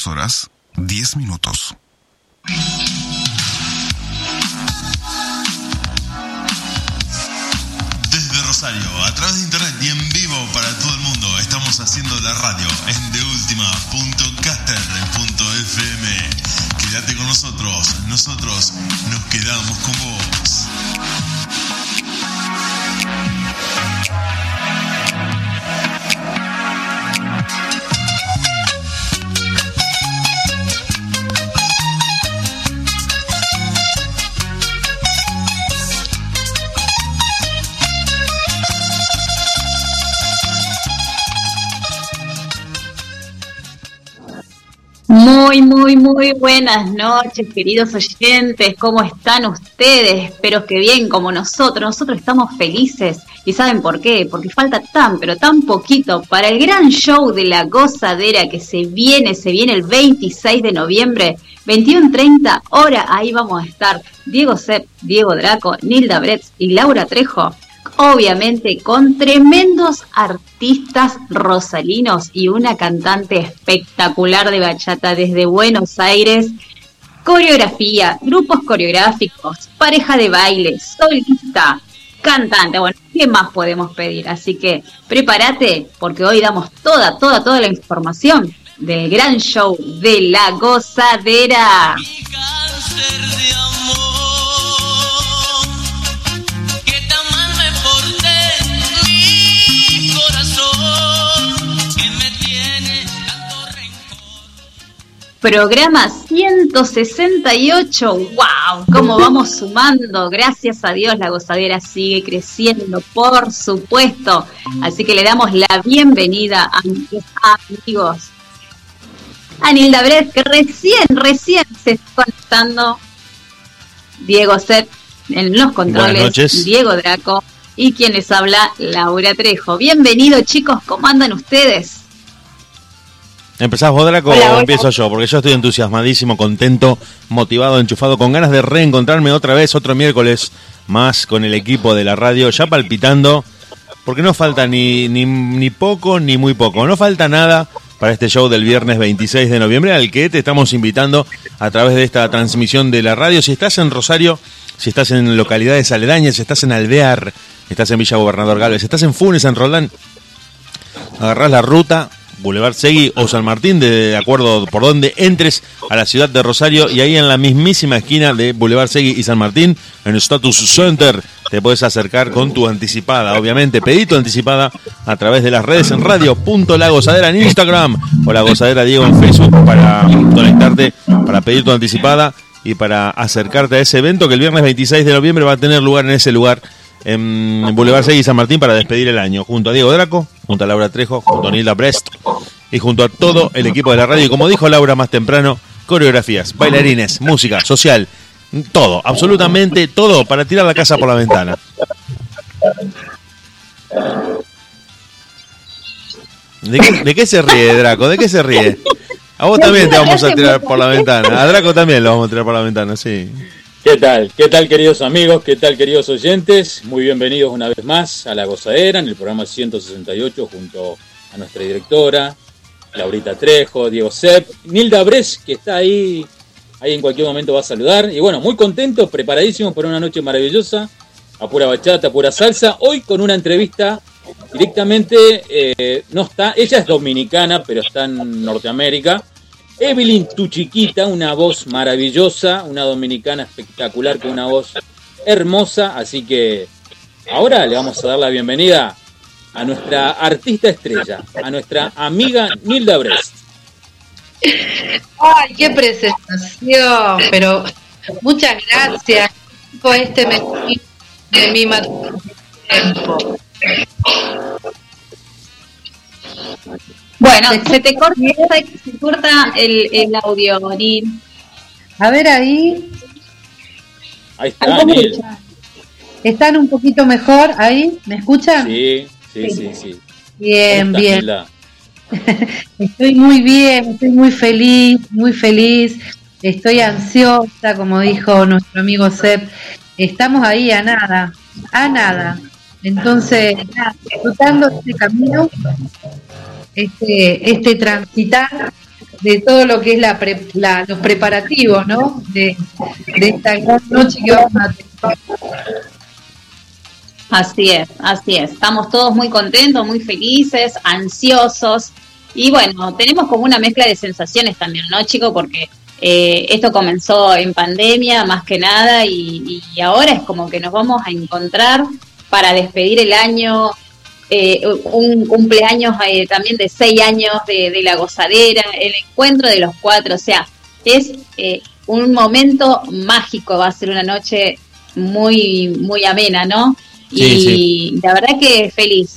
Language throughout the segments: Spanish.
2 horas, 10 minutos. Desde Rosario, a través de internet y en vivo para todo el mundo, estamos haciendo la radio en deultima.caster.fm. Quédate con nosotros nos quedamos con vos. Muy buenas noches, queridos oyentes. ¿Cómo están ustedes? Espero que bien, como nosotros. Nosotros estamos felices. ¿Y saben por qué? Porque falta pero tan poquito para el gran show de La Gozadera que se viene el 26 de noviembre, 21:30 horas. Ahí vamos a estar Diego Sepp, Diego Draco, Nilda Bretz y Laura Trejo. Obviamente con tremendos artistas rosalinos y una cantante espectacular de bachata desde Buenos Aires, coreografía, grupos coreográficos, pareja de baile, solista, cantante. Bueno, ¿qué más podemos pedir? Así que prepárate porque hoy damos toda la información del gran show de La Gozadera. Programa 168, ¡wow! ¿Cómo vamos sumando? Gracias a Dios, La Gozadera sigue creciendo, por supuesto. Así que le damos la bienvenida a nuestros amigos. A Nilda Bretz, que recién se está conectando. Diego Sepp en los controles, Diego Draco y quien les habla, Laura Trejo. Bienvenidos, chicos, ¿cómo andan ustedes? ¿Empezás vos, Draco, o empiezo yo? Porque yo estoy entusiasmadísimo, contento, motivado, enchufado, con ganas de reencontrarme otra vez, otro miércoles más con el equipo de la radio, ya palpitando, porque no falta ni poco ni muy poco, no falta nada para este show del viernes 26 de noviembre, al que te estamos invitando a través de esta transmisión de la radio. Si estás en Rosario, si estás en localidades aledañas, si estás en Alvear, estás en Villa Gobernador Galvez, si estás en Funes, en Roldán, agarrás la ruta Boulevard Segui o San Martín, de acuerdo por donde entres a la ciudad de Rosario, y ahí en la mismísima esquina de Boulevard Segui y San Martín, en Status Center, te puedes acercar con tu anticipada. Obviamente, pedí tu anticipada a través de las redes en Radio.La Gozadera en Instagram o La Gozadera Diego en Facebook para conectarte, para pedir tu anticipada y para acercarte a ese evento que el viernes 26 de noviembre va a tener lugar en ese lugar, en Boulevard Segui y San Martín, para despedir el año, junto a Diego Draco, junto a Laura Trejo, junto a Nilda Bretz y junto a todo el equipo de la radio. Y como dijo Laura más temprano, coreografías, bailarines, música, social, todo, absolutamente todo, para tirar la casa por la ventana. ¿De qué se ríe, Draco? ¿De qué se ríe? A vos también te vamos a tirar por la ventana. A Draco también lo vamos a tirar por la ventana, sí. ¿Qué tal? ¿Qué tal, queridos amigos? ¿Qué tal, queridos oyentes? Muy bienvenidos una vez más a La Gozadera, en el programa 168, junto a nuestra directora, Laurita Trejo, Diego Sepp, Nilda Bretz, que está ahí en cualquier momento va a saludar. Y bueno, muy contentos, preparadísimos para una noche maravillosa, a pura bachata, a pura salsa. Hoy con una entrevista directamente, no está, ella es dominicana, pero está en Norteamérica. Evelyn Tu Chiquita, una voz maravillosa, una dominicana espectacular con una voz hermosa, así que ahora le vamos a dar la bienvenida a nuestra artista estrella, a nuestra amiga Nilda Bretz. ¡Ay, qué presentación! Pero muchas gracias por este de mi tiempo. Bueno, se corta el audio, Nil. A ver ahí. Ahí está, Nil. ¿Están un poquito mejor ahí? ¿Me escuchan? Sí. Bien. Estoy muy bien, estoy muy feliz. Estoy ansiosa, como dijo nuestro amigo Sepp. Estamos ahí a nada. Entonces, disfrutando este camino, este transitar de todo lo que es los preparativos, ¿no? De esta gran noche que vamos a tener. Así es, así es. Estamos todos muy contentos, muy felices, ansiosos. Y bueno, tenemos como una mezcla de sensaciones también, ¿no, chicos? Porque esto comenzó en pandemia más que nada y ahora es como que nos vamos a encontrar para despedir el año, un cumpleaños también de 6 años de La Gozadera, el encuentro de los 4, o sea, es un momento mágico, va a ser una noche muy, muy amena, ¿no? Sí. La verdad que feliz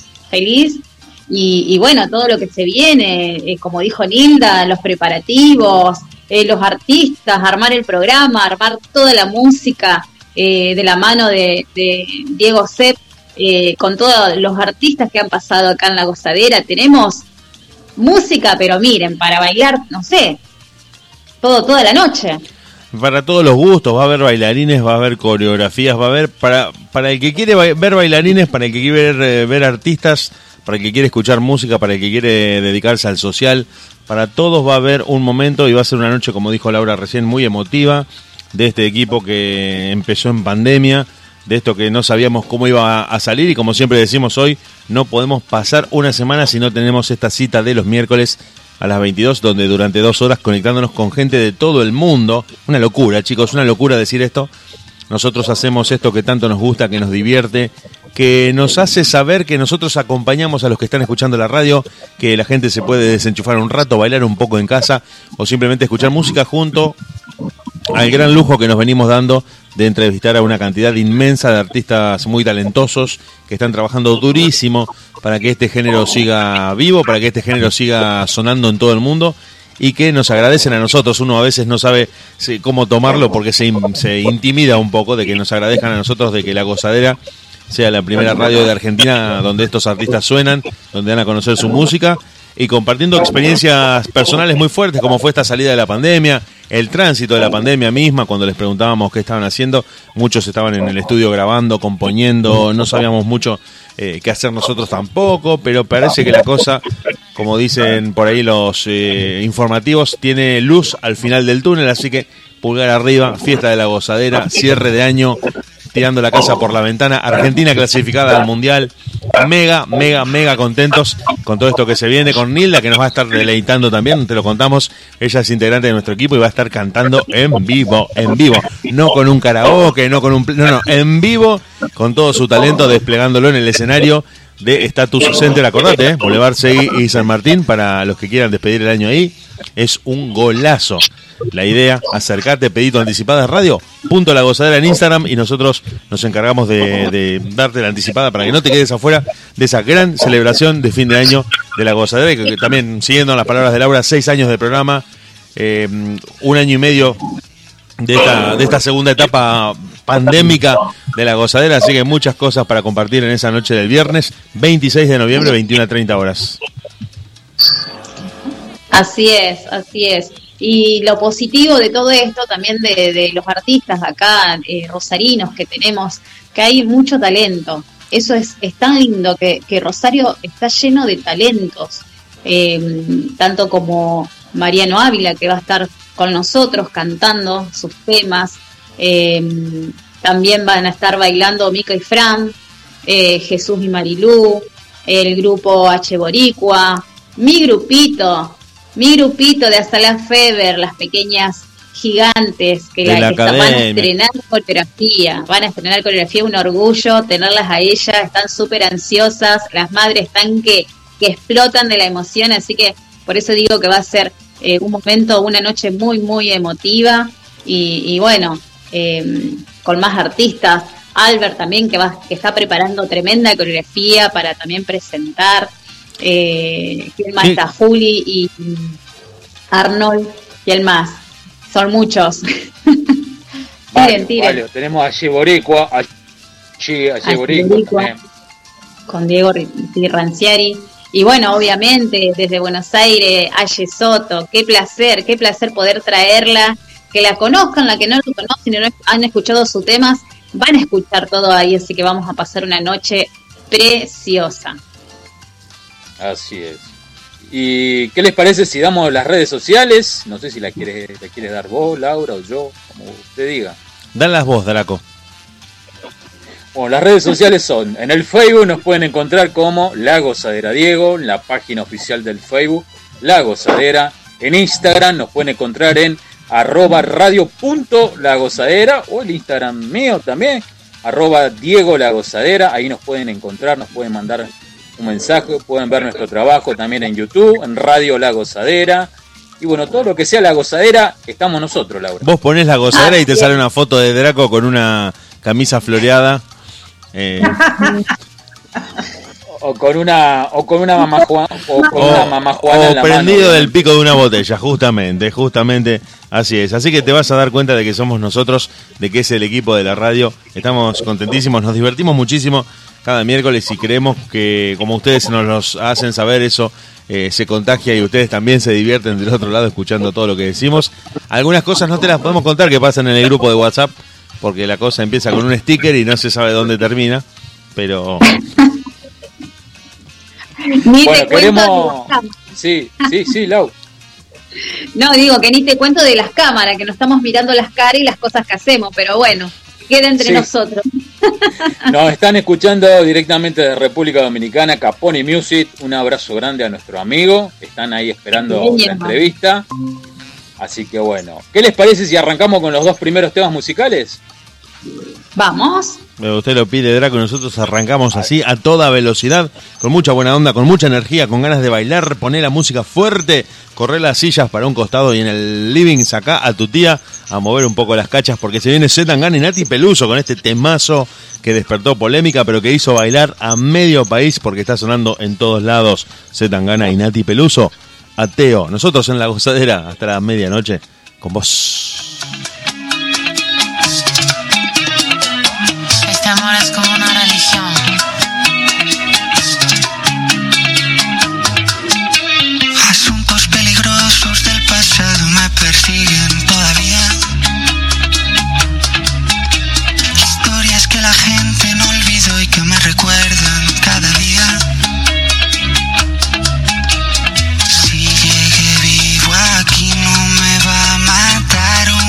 y bueno, todo lo que se viene, como dijo Nilda, los preparativos, los artistas, armar el programa, armar toda la música de la mano de Diego Sepp, con todos los artistas que han pasado acá en La Gozadera. Tenemos música, pero miren, para bailar, no sé, toda la noche. Para todos los gustos, va a haber bailarines, va a haber coreografías, va a haber para el que quiere ver bailarines, para el que quiere ver artistas, para el que quiere escuchar música, para el que quiere dedicarse al social, para todos va a haber un momento y va a ser una noche, como dijo Laura recién, muy emotiva, de este equipo que empezó en pandemia, de esto que no sabíamos cómo iba a salir y como siempre decimos hoy, no podemos pasar una semana si no tenemos esta cita de los miércoles a las 22, donde durante 2 horas conectándonos con gente de todo el mundo. Una locura, chicos, una locura decir esto. Nosotros hacemos esto que tanto nos gusta, que nos divierte, que nos hace saber que nosotros acompañamos a los que están escuchando la radio, que la gente se puede desenchufar un rato, bailar un poco en casa o simplemente escuchar música junto al gran lujo que nos venimos dando de entrevistar a una cantidad inmensa de artistas muy talentosos que están trabajando durísimo para que este género siga vivo, para que este género siga sonando en todo el mundo y que nos agradecen a nosotros. Uno a veces no sabe cómo tomarlo porque se intimida un poco de que nos agradezcan a nosotros, de que La Gozadera sea la primera radio de Argentina donde estos artistas suenan, donde dan a conocer su música y compartiendo experiencias personales muy fuertes como fue esta salida de la pandemia, el tránsito de la pandemia misma. Cuando les preguntábamos qué estaban haciendo, muchos estaban en el estudio grabando, componiendo, no sabíamos mucho qué hacer nosotros tampoco, pero parece que la cosa, como dicen por ahí los informativos, tiene luz al final del túnel, así que pulgar arriba, fiesta de La Gozadera, cierre de año, tirando la casa por la ventana, Argentina clasificada al Mundial, mega contentos con todo esto que se viene, con Nilda que nos va a estar deleitando también, te lo contamos, ella es integrante de nuestro equipo y va a estar cantando en vivo, no con un karaoke, no, en vivo, con todo su talento, desplegándolo en el escenario de Status Center, acordate, Boulevard Seguí y San Martín, para los que quieran despedir el año ahí, es un golazo. La idea, acercarte, pedido anticipada radio, @La Gozadera en Instagram y nosotros nos encargamos de darte la anticipada para que no te quedes afuera de esa gran celebración de fin de año de La Gozadera y que también, siguiendo las palabras de Laura, 6 años de programa, 1 año y medio de esta segunda etapa pandémica de La Gozadera, así que muchas cosas para compartir en esa noche del viernes 26 de noviembre, 21:30. Así es. Y lo positivo de todo esto, también de los artistas acá, rosarinos que tenemos, que hay mucho talento. Eso es tan lindo, que Rosario está lleno de talentos, tanto como Mariano Ávila, que va a estar con nosotros cantando sus temas. También van a estar bailando Mica y Fran, Jesús y Marilú, el grupo H Boricua, mi grupito de Hasta la Feber, las pequeñas gigantes que van a estrenar coreografía, un orgullo tenerlas a ellas, están súper ansiosas, las madres están que explotan de la emoción, así que por eso digo que va a ser un momento, una noche muy, muy emotiva y bueno, con más artistas. Albert también que está preparando tremenda coreografía para también presentar. ¿Quién más está? Juli y Arnold y el más. Son muchos. Tiren. Vale, tenemos a Boricua, con Diego Ranciari. Y bueno, obviamente desde Buenos Aires, Aye Soto, qué placer poder traerla, que la conozcan, la que no lo conocen y no han escuchado sus temas, van a escuchar todo ahí, así que vamos a pasar una noche preciosa. Así es. ¿Y qué les parece si damos las redes sociales? No sé si la quieres dar vos, Laura, o yo, como usted diga. Danlas vos, Draco. Bueno, las redes sociales son, en el Facebook nos pueden encontrar como La Gozadera Diego, en la página oficial del Facebook, La Gozadera. En Instagram nos pueden encontrar en @radio.lagozadera, o el Instagram mío también, @Diego La Gozadera. Ahí nos pueden encontrar, nos pueden mandar un mensaje, pueden ver nuestro trabajo también en YouTube, en Radio La Gozadera. Y bueno, todo lo que sea La Gozadera, estamos nosotros, Laura. Vos ponés La Gozadera y te sale una foto de Draco con una camisa floreada. O con una mamá Juana, en la prendido mano, del pico de una botella, justamente así es. Así que te vas a dar cuenta de que somos nosotros, de que es el equipo de la radio. Estamos contentísimos, nos divertimos muchísimo cada miércoles y creemos que, como ustedes nos los hacen saber, eso se contagia y ustedes también se divierten del otro lado escuchando todo lo que decimos. Algunas cosas no te las podemos contar que pasan en el grupo de WhatsApp, porque la cosa empieza con un sticker y no se sabe dónde termina, pero... Ni bueno, te cuento. Sí, Lau. No, digo que ni te cuento de las cámaras, que nos estamos mirando las caras y las cosas que hacemos, pero bueno, queda entre nosotros. Nos están escuchando directamente de República Dominicana, Caponi Music. Un abrazo grande a nuestro amigo. Están ahí esperando la entrevista. Así que bueno, ¿qué les parece si arrancamos con los dos primeros temas musicales? Vamos. Usted lo pide, Draco, nosotros arrancamos así a toda velocidad, con mucha buena onda, con mucha energía, con ganas de bailar, poner la música fuerte, correr las sillas para un costado y en el living sacá a tu tía a mover un poco las cachas, porque se viene Zetangana y Nati Peluso con este temazo que despertó polémica, pero que hizo bailar a medio país porque está sonando en todos lados. Zetangana y Nati Peluso, Ateo. Nosotros en La Gozadera hasta la medianoche con vos. Este amor es como una religión. Asuntos peligrosos del pasado me persiguen todavía. Historias que la gente no olvidó y que me recuerdan cada día. Si llegué vivo aquí no me va a matar un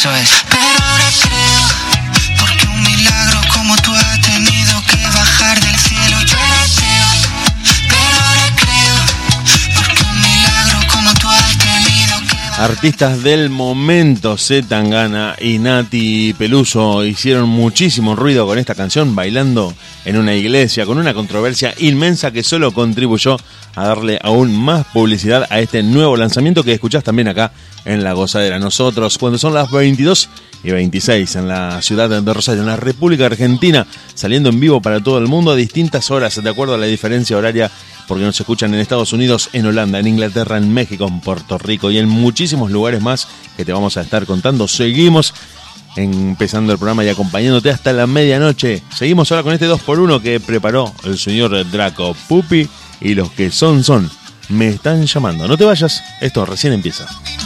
eso es. Pero ahora creo, porque un milagro como tú ha tenido que bajar del cielo. Yo era ateo, pero ahora creo, porque un milagro como tú has tenido que bajar. Artistas del momento, C. Tangana y Nati Peluso hicieron muchísimo ruido con esta canción, bailando en una iglesia, con una controversia inmensa que solo contribuyó a darle aún más publicidad a este nuevo lanzamiento que escuchás también acá en La Gozadera. Nosotros, cuando son las 22:26 en la ciudad de Rosario, en la República Argentina, saliendo en vivo para todo el mundo a distintas horas, de acuerdo a la diferencia horaria, porque nos escuchan en Estados Unidos, en Holanda, en Inglaterra, en México, en Puerto Rico y en muchísimos lugares más que te vamos a estar contando. Seguimos empezando el programa y acompañándote hasta la medianoche. Seguimos ahora con este 2x1 que preparó el señor Draco Pupi y los que son. Me están llamando. No te vayas, esto recién empieza.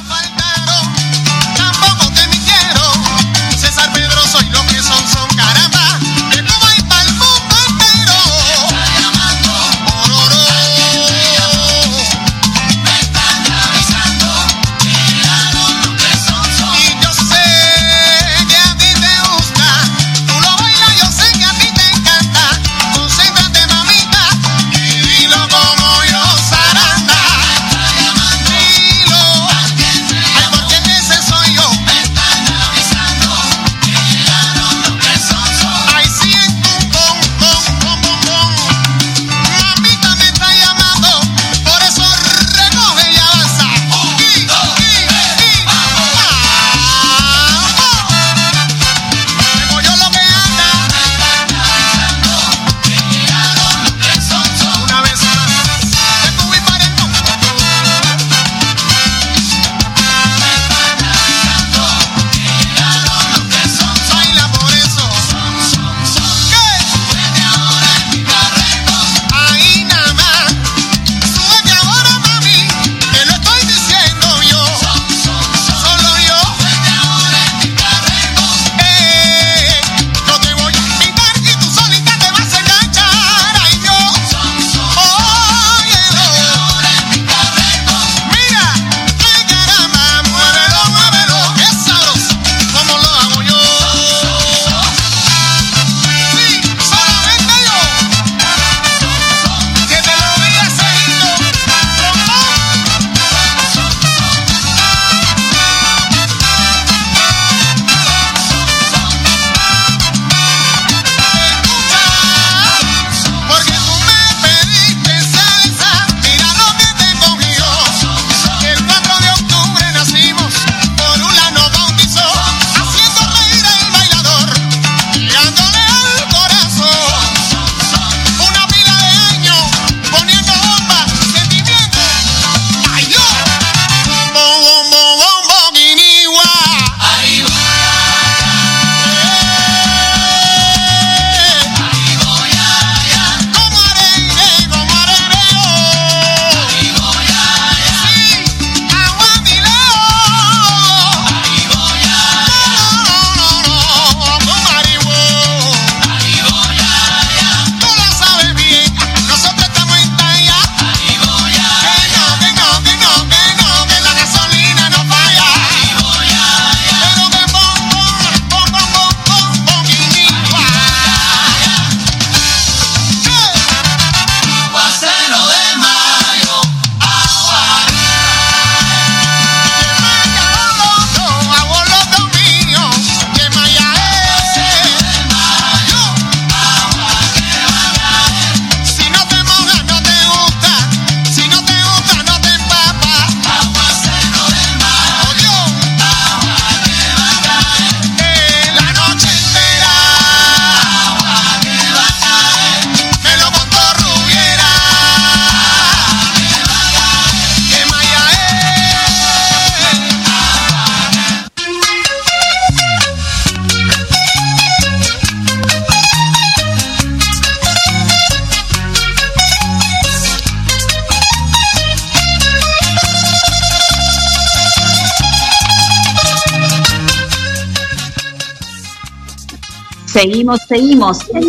Seguimos en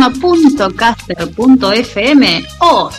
deultima.caster.fm o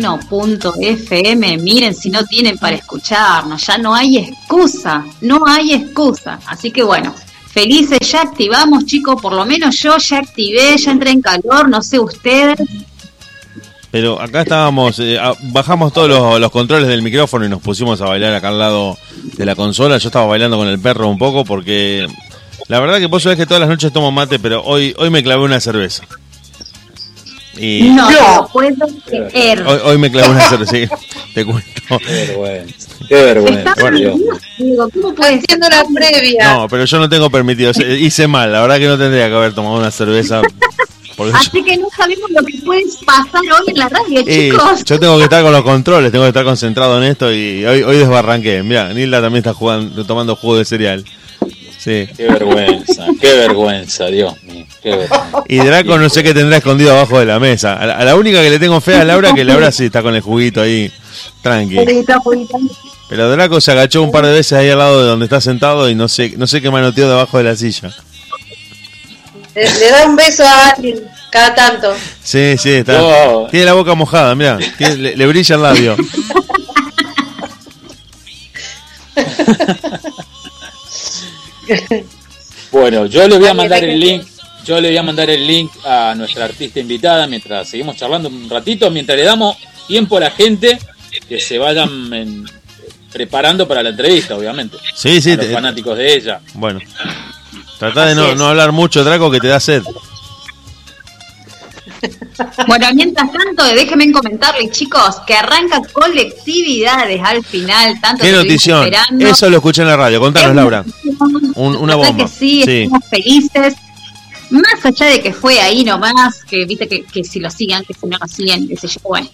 seno.fm. Miren, si no tienen para escucharnos, ya no hay excusa. Así que bueno, felices, ya activamos, chicos, por lo menos yo ya activé, ya entré en calor, no sé ustedes. Pero acá estábamos, bajamos todos los controles del micrófono y nos pusimos a bailar acá al lado de la consola. Yo estaba bailando con el perro un poco porque la verdad que vos sabés que todas las noches tomo mate, pero hoy me clavé una cerveza. Y no lo puedo creer. Hoy me clavé una cerveza, sí, te cuento. Qué vergüenza. Bueno, digo, ¿cómo puede haciendo la previa? No, pero yo no tengo permitido, hice mal, la verdad que no tendría que haber tomado una cerveza. Así que no sabemos lo que puede pasar hoy en la radio, chicos. Yo tengo que estar con los controles, tengo que estar concentrado en esto y hoy desbarranqué. Mirá, Nilda también está tomando jugo de cereal. Sí. Qué vergüenza, Dios mío, qué vergüenza. Y Draco no sé qué tendrá escondido abajo de la mesa. A la única que le tengo fe a Laura, que Laura sí está con el juguito ahí, tranqui. Pero Draco se agachó un par de veces ahí al lado de donde está sentado y no sé qué manoteó debajo de la silla. Le da un beso a alguien cada tanto. Sí, está. Oh. Tiene la boca mojada, mirá, le brilla el labio. Bueno, yo le voy a mandar el link a nuestra artista invitada mientras seguimos charlando un ratito, mientras le damos tiempo a la gente que se vayan preparando para la entrevista, obviamente. Sí, a los fanáticos de ella. Bueno, tratá de no hablar mucho, Draco, que te da sed. Bueno, mientras tanto, déjenme comentarles, chicos, que arranca colectividades al final. Tanto ¿Qué notición? Eso lo escuché en la radio. Contanos, Laura. Una bomba. Que sí, estamos felices. Más allá de que fue ahí nomás, que viste que si lo siguen, que si no lo siguen, qué sé yo, bueno,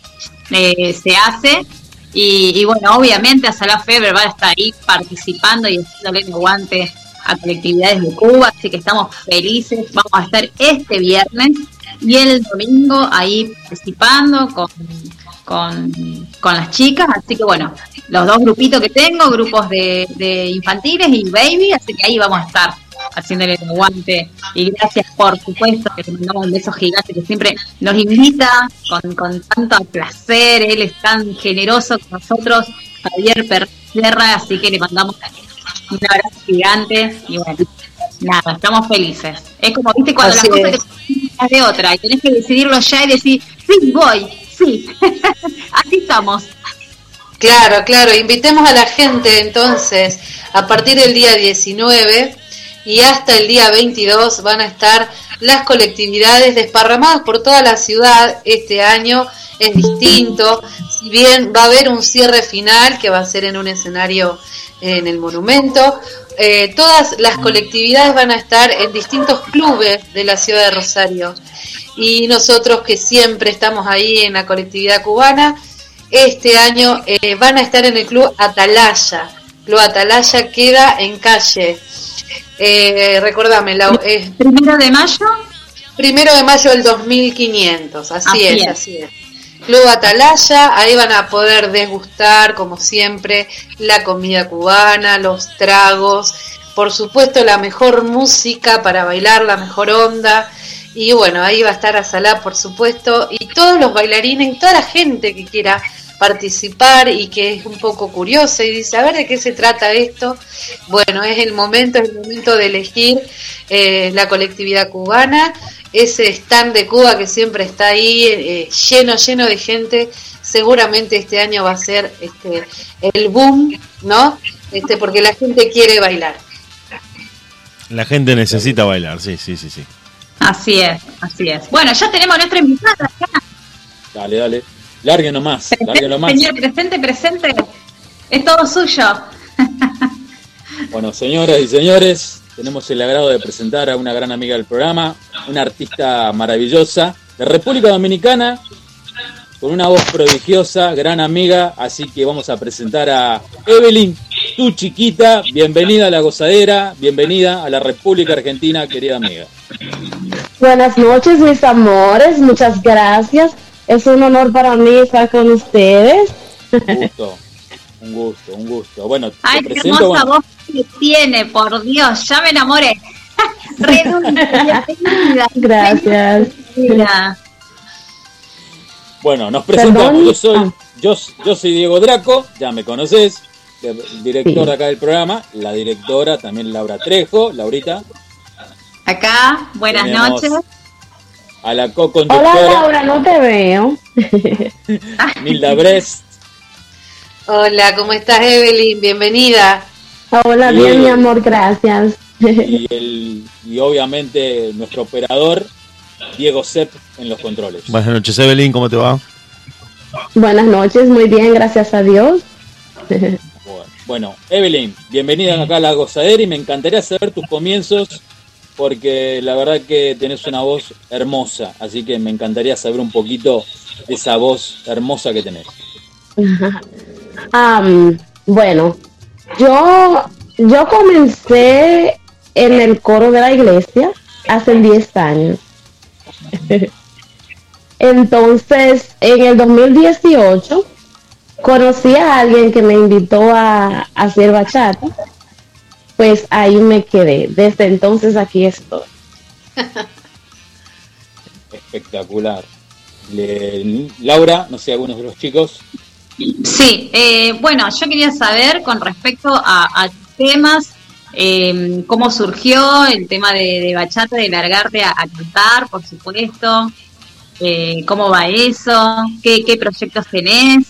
se hace. Y bueno, obviamente a Salah Feber va a estar ahí participando y haciéndole el guante a colectividades de Cuba, así que estamos felices. Vamos a estar este viernes y el domingo ahí participando con las chicas, así que bueno, los dos grupitos que tengo, grupos de infantiles y baby, así que ahí vamos a estar haciéndole el guante. Y gracias, por supuesto, que te mandamos un beso gigante, que siempre nos invita con tanto placer. Él es tan generoso con nosotros, Javier Percerra, así que le mandamos un abrazo gigante. Y bueno, nada, estamos felices. Es como, viste, cuando las cosas te de otra y tenés que decidirlo ya y decir, sí, voy, sí. Así estamos. Claro, invitemos a la gente entonces, a partir del día 19 y hasta el día 22 van a estar las colectividades desparramadas por toda la ciudad. Este año es distinto, si bien va a haber un cierre final que va a ser en un escenario en el Monumento, todas las colectividades van a estar en distintos clubes de la ciudad de Rosario, y nosotros que siempre estamos ahí en la colectividad cubana, este año van a estar en el Club Atalaya. Club Atalaya queda en calle, recordame, ¿1 de mayo? 1 de mayo del 2500, así es. Club Atalaya, ahí van a poder degustar, como siempre, la comida cubana, los tragos, por supuesto la mejor música para bailar, la mejor onda. Y bueno, ahí va a estar Salah, por supuesto, y todos los bailarines y toda la gente que quiera participar y que es un poco curiosa y dice, a ver, ¿de qué se trata esto? Bueno, es el momento de elegir la colectividad cubana, ese stand de Cuba que siempre está ahí, lleno de gente. Seguramente este año va a ser el boom, ¿no? Porque la gente quiere bailar. La gente necesita bailar, sí. Así es. Bueno, ya tenemos a nuestra invitada acá. Dale. Largue nomás. Señor, presente. Es todo suyo. Bueno, señoras y señores, tenemos el agrado de presentar a una gran amiga del programa, una artista maravillosa de República Dominicana, con una voz prodigiosa, gran amiga, así que vamos a presentar a Evelyn, tu chiquita. Bienvenida a La Gozadera, bienvenida a la República Argentina, querida amiga. Buenas noches, mis amores, muchas gracias. Es un honor para mí estar con ustedes. Un gusto. Bueno, ay, te presento, qué hermosa voz que tiene, por Dios, ya me enamoré. Gracias. Bueno, nos presentamos. Yo soy Diego Draco, ya me conocés, director de acá del programa, la directora también Laura Trejo, Laurita. acá. Buenas noches. A la co-conductora. Hola Laura, no te veo. Nilda Brest. Hola, ¿cómo estás, Evelyn? Bienvenida. Hola, bien, mi amor, gracias. Y obviamente nuestro operador, Diego Sepp, en los controles. Buenas noches, Evelyn, ¿cómo te va? Buenas noches, muy bien, gracias a Dios. Bueno, Evelyn, bienvenida acá a La Gozadera y me encantaría saber tus comienzos porque la verdad que tenés una voz hermosa, así que me encantaría saber un poquito de esa voz hermosa que tenés. Bueno, yo comencé en el coro de la iglesia hace 10 años. Entonces, en el 2018 conocí a alguien que me invitó a hacer bachata. Pues ahí me quedé. Desde entonces aquí estoy. Espectacular. Laura, no sé, algunos de los chicos. Sí, bueno, yo quería saber con respecto a temas, cómo surgió el tema de bachata, de largarte a cantar, por supuesto, cómo va eso, qué proyectos tenés.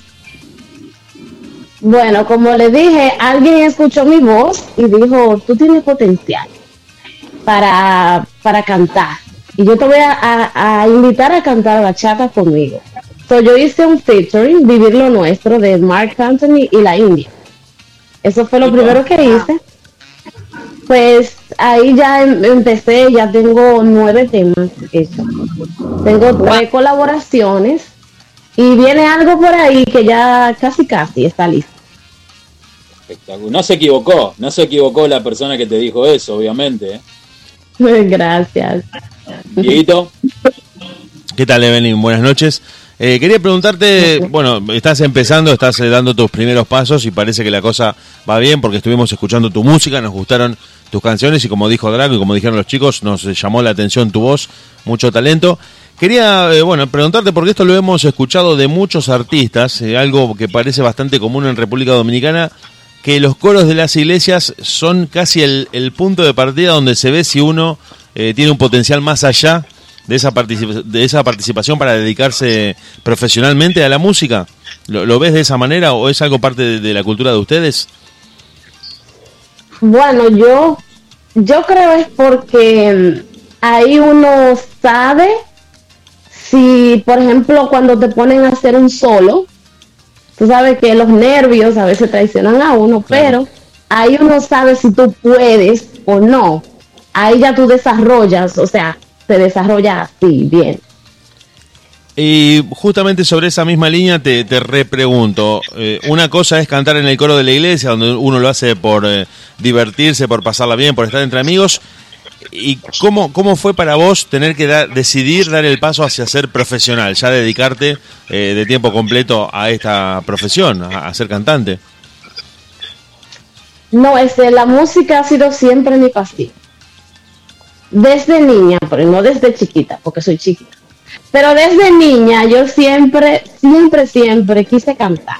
Bueno, como le dije, alguien escuchó mi voz y dijo, tú tienes potencial para cantar. Y yo te voy a invitar a cantar bachata conmigo. Yo hice un featuring, Vivir lo Nuestro, de Marc Anthony y La India. Eso fue lo primero que hice. Pues ahí ya empecé, ya tengo 9 temas hechos. Tengo 3 colaboraciones y viene algo por ahí que ya casi está listo. Espectacular. No se equivocó la persona que te dijo eso, obviamente. Gracias. Dieguito. ¿Qué tal, Evelyn? Buenas noches. Quería preguntarte, bueno, estás empezando, estás dando tus primeros pasos y parece que la cosa va bien porque estuvimos escuchando tu música, nos gustaron tus canciones y como dijo Draco y como dijeron los chicos, nos llamó la atención tu voz, mucho talento. Quería, preguntarte porque esto lo hemos escuchado de muchos artistas, algo que parece bastante común en República Dominicana, que los coros de las iglesias son casi el punto de partida donde se ve si uno tiene un potencial más allá de esa participación para dedicarse profesionalmente a la música. ¿Lo ves de esa manera o es algo parte de la cultura de ustedes? Bueno, yo creo es porque ahí uno sabe si, por ejemplo, cuando te ponen a hacer un solo, tú sabes que los nervios a veces traicionan a uno, claro. Pero ahí uno sabe si tú puedes o no. Ahí ya tú desarrollas, o sea, se desarrolla así, bien. Y justamente sobre esa misma línea te repregunto, una cosa es cantar en el coro de la iglesia, donde uno lo hace por divertirse, por pasarla bien, por estar entre amigos, y cómo fue para vos tener que decidir dar el paso hacia ser profesional, ya dedicarte de tiempo completo a esta profesión, a ser cantante. No, la música ha sido siempre mi pasión. Desde niña, pero no desde chiquita, porque soy chiquita. Pero desde niña yo siempre quise cantar.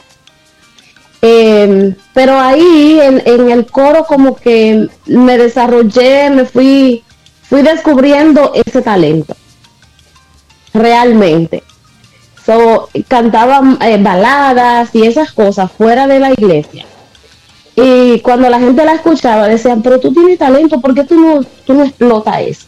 Pero ahí en el coro como que me desarrollé, me fui descubriendo ese talento. Realmente. Cantaba baladas y esas cosas fuera de la iglesia. Y cuando la gente la escuchaba decían, pero tú tienes talento, ¿por qué tú no explotas eso?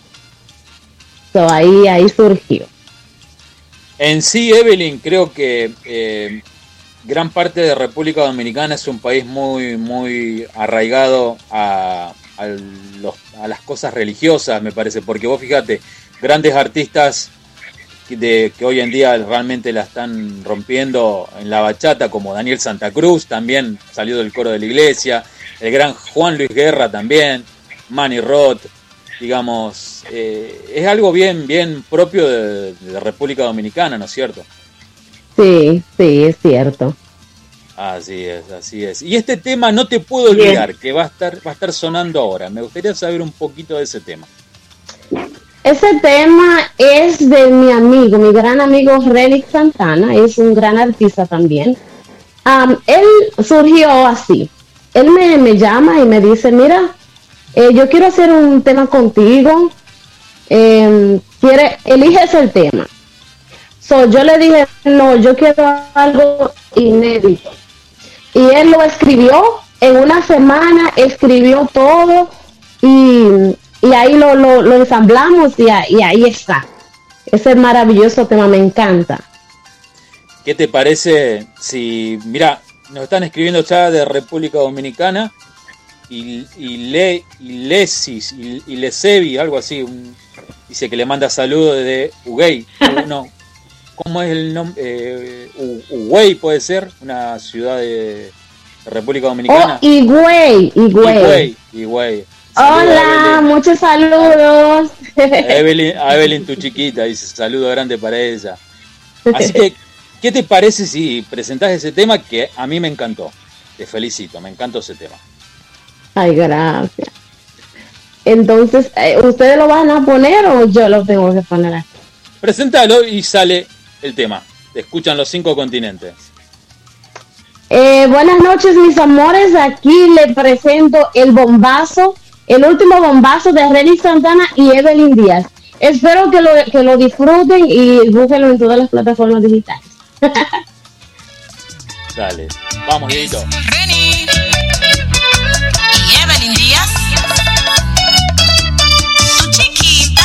Ahí surgió. En sí, Evelyn, creo que gran parte de República Dominicana es un país muy, muy arraigado a las cosas religiosas, me parece, porque vos fíjate, grandes artistas que hoy en día realmente la están rompiendo en la bachata, como Daniel Santa Cruz, también salió del coro de la iglesia, el gran Juan Luis Guerra también, Manny Roth, digamos, es algo bien propio de República Dominicana, ¿no es cierto? Sí, es cierto. Así es. Y este tema no te puedo olvidar, que va a estar sonando ahora. Me gustaría saber un poquito de ese tema. Ese tema es de mi amigo, mi gran amigo Relix Santana, es un gran artista también. Él surgió así. Él me llama y me dice, mira, yo quiero hacer un tema contigo. Eliges el tema. Yo le dije, no, yo quiero algo inédito. Y él lo escribió, en una semana escribió todo y ahí lo ensamblamos y ahí está. Ese maravilloso tema, me encanta. ¿Qué te parece si, mira, nos están escribiendo ya de República Dominicana y Lesevi, algo así, dice que le manda saludos desde Uguay, no, ¿cómo es el nombre? Uguay puede ser, una ciudad de República Dominicana. Higüey. Hola, muchos saludos. A Evelyn, tu chiquita, dice saludo grande para ella. Así que, ¿qué te parece si presentás ese tema que a mí me encantó? Te felicito, me encantó ese tema. Ay, gracias. Entonces, ¿ustedes lo van a poner o yo lo tengo que poner aquí? Preséntalo y sale el tema. Te escuchan los 5 continentes. Buenas noches, mis amores. Aquí le presento el bombazo, el último bombazo de Reni Santana y Evelyn Díaz. Espero que lo disfruten y búsquenlo en todas las plataformas digitales. Dale, vamos, Dieguito. Reni y Evelyn Díaz, tu chiquita.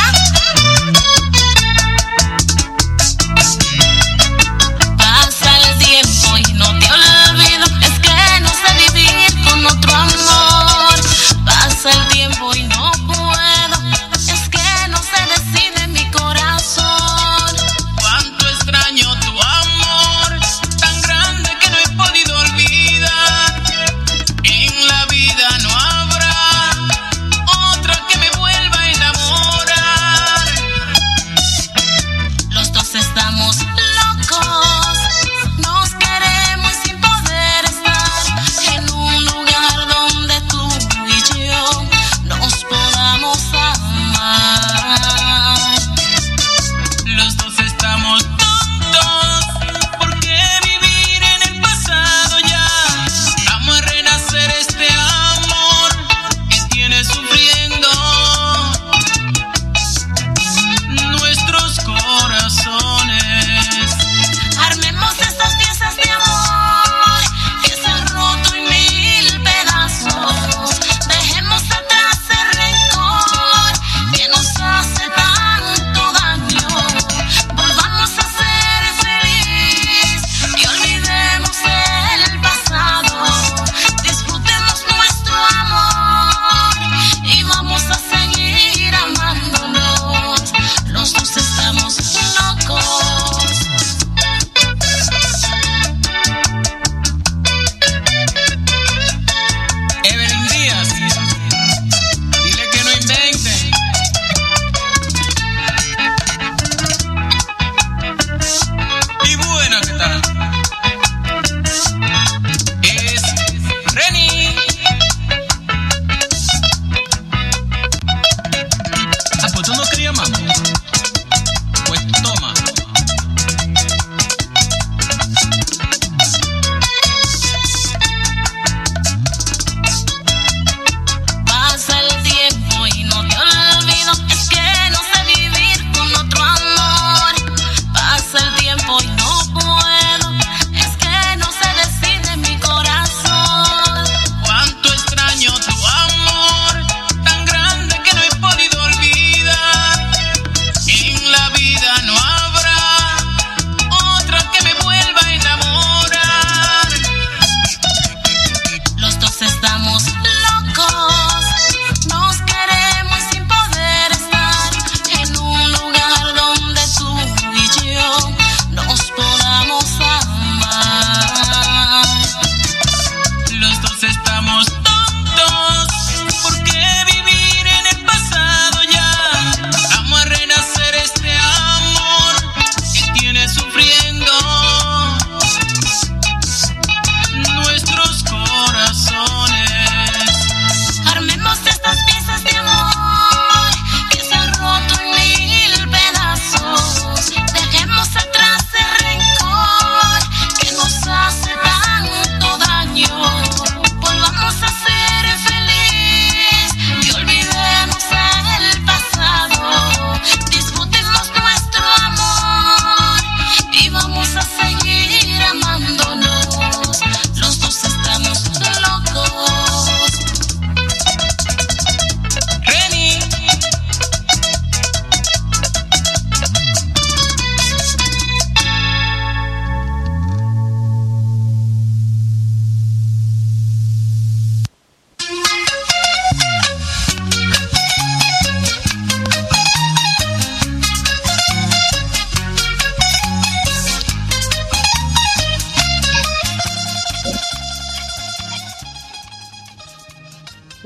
Pasa el tiempo y no te olvido, es que no sé vivir con otro amor. Pasa el tiempo y no puedo, es que no se decide mi corazón. Cuánto extraño tu amor, tan grande que no he podido olvidar. En la vida no habrá otra que me vuelva a enamorar. Los dos estamos locos, nos queremos sin poder estar en un lugar donde tú y yo nos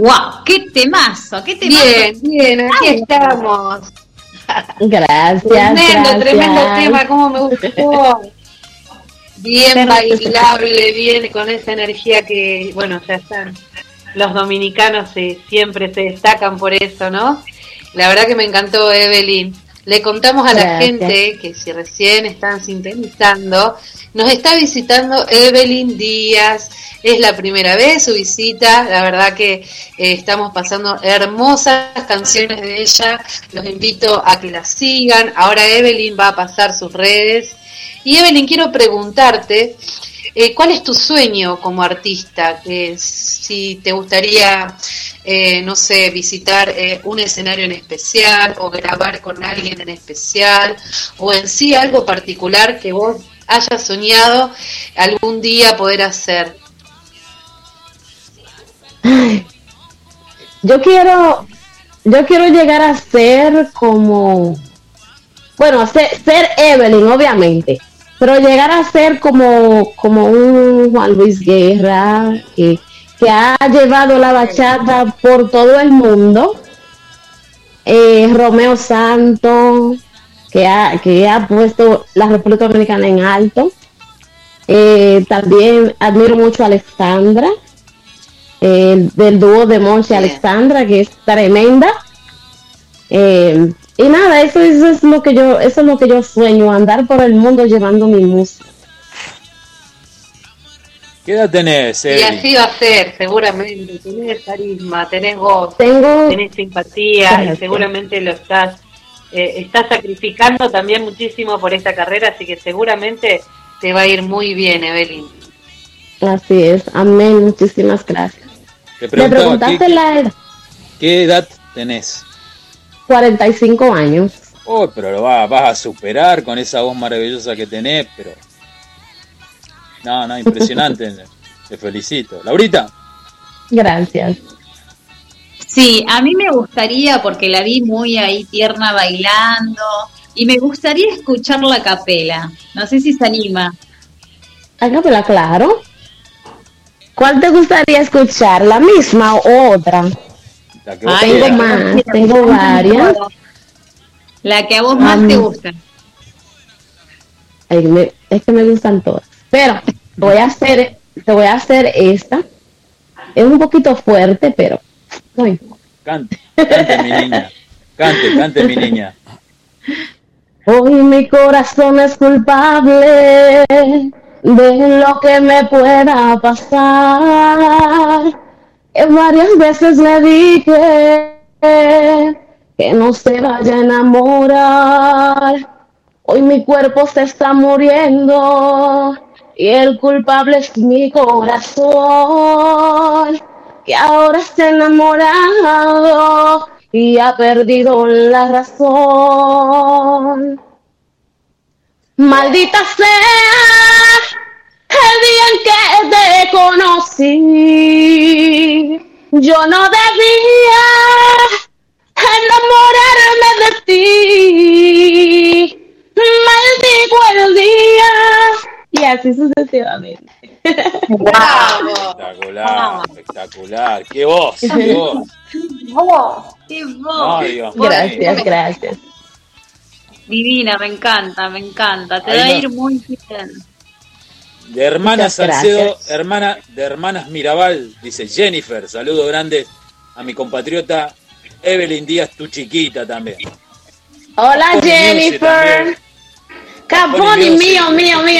¡Wow! ¡Qué temazo! ¡Qué temazo! Bien, aquí estamos. Gracias. Tremendo tema, cómo me gustó. Bien bailable, bien con esa energía que, bueno, ya están. Los dominicanos siempre se destacan por eso, ¿no? La verdad que me encantó, Evelyn. Le contamos a la gente que si recién están sintonizando, nos está visitando Evelyn Díaz. Es la primera vez su visita. La verdad que estamos pasando hermosas canciones de ella. Los invito a que la sigan. Ahora Evelyn va a pasar sus redes. Y Evelyn, quiero preguntarte, ¿cuál es tu sueño como artista? Si te gustaría, no sé, visitar un escenario en especial o grabar con alguien en especial, o en sí algo particular que vos hayas soñado algún día poder hacer. Yo quiero llegar a ser como, bueno, ser Evelyn, obviamente, pero llegar a ser como un Juan Luis Guerra que ha llevado la bachata por todo el mundo, Romeo Santos que ha puesto la República Dominicana en alto. También admiro mucho a Alexandra, del dúo de Monchi Alexandra, que es tremenda. Y nada, eso es lo que yo sueño, andar por el mundo llevando mi música. ¿Qué edad tenés, Y así va a ser, seguramente. Tenés carisma, tenés voz, tenés simpatía. Gracias. Y seguramente lo estás sacrificando también muchísimo por esta carrera, así que seguramente te va a ir muy bien, Evelyn. Así es, amén, muchísimas gracias. Me preguntaste la edad. ¿Qué edad tenés? 45 años. Oh, pero lo vas a superar con esa voz maravillosa que tenés, pero... No, impresionante. Te felicito. Laurita. Gracias. Sí, a mí me gustaría, porque la vi muy ahí tierna bailando, y me gustaría escucharla a capela. No sé si se anima. A capela, claro. ¿Cuál te gustaría escuchar? ¿La misma o otra? La que vos tengo varias. La que a vos más te gusta. Es que me gustan todas. Pero te voy a hacer esta. Es un poquito fuerte, pero no importa. Cante mi niña. Cante mi niña. Hoy mi corazón es culpable de lo que me pueda pasar. Varias veces le dije que no se vaya a enamorar. Hoy mi cuerpo se está muriendo y el culpable es mi corazón, que ahora está enamorado y ha perdido la razón. Maldita sea el día en que te conocí, yo no debía enamorarme de ti, maldigo el día, y así sucesivamente. ¡Bravo! Espectacular. ¡Qué voz! ¡Qué voz! ¡Qué voz! Ay, Dios. Gracias. Divina, me encanta. Te va a ir muy bien. De Hermanas Salcedo, de Hermanas Mirabal, dice Jennifer, saludos grandes a mi compatriota Evelyn Díaz, tu chiquita también. Hola Jennifer. Caponi, mío.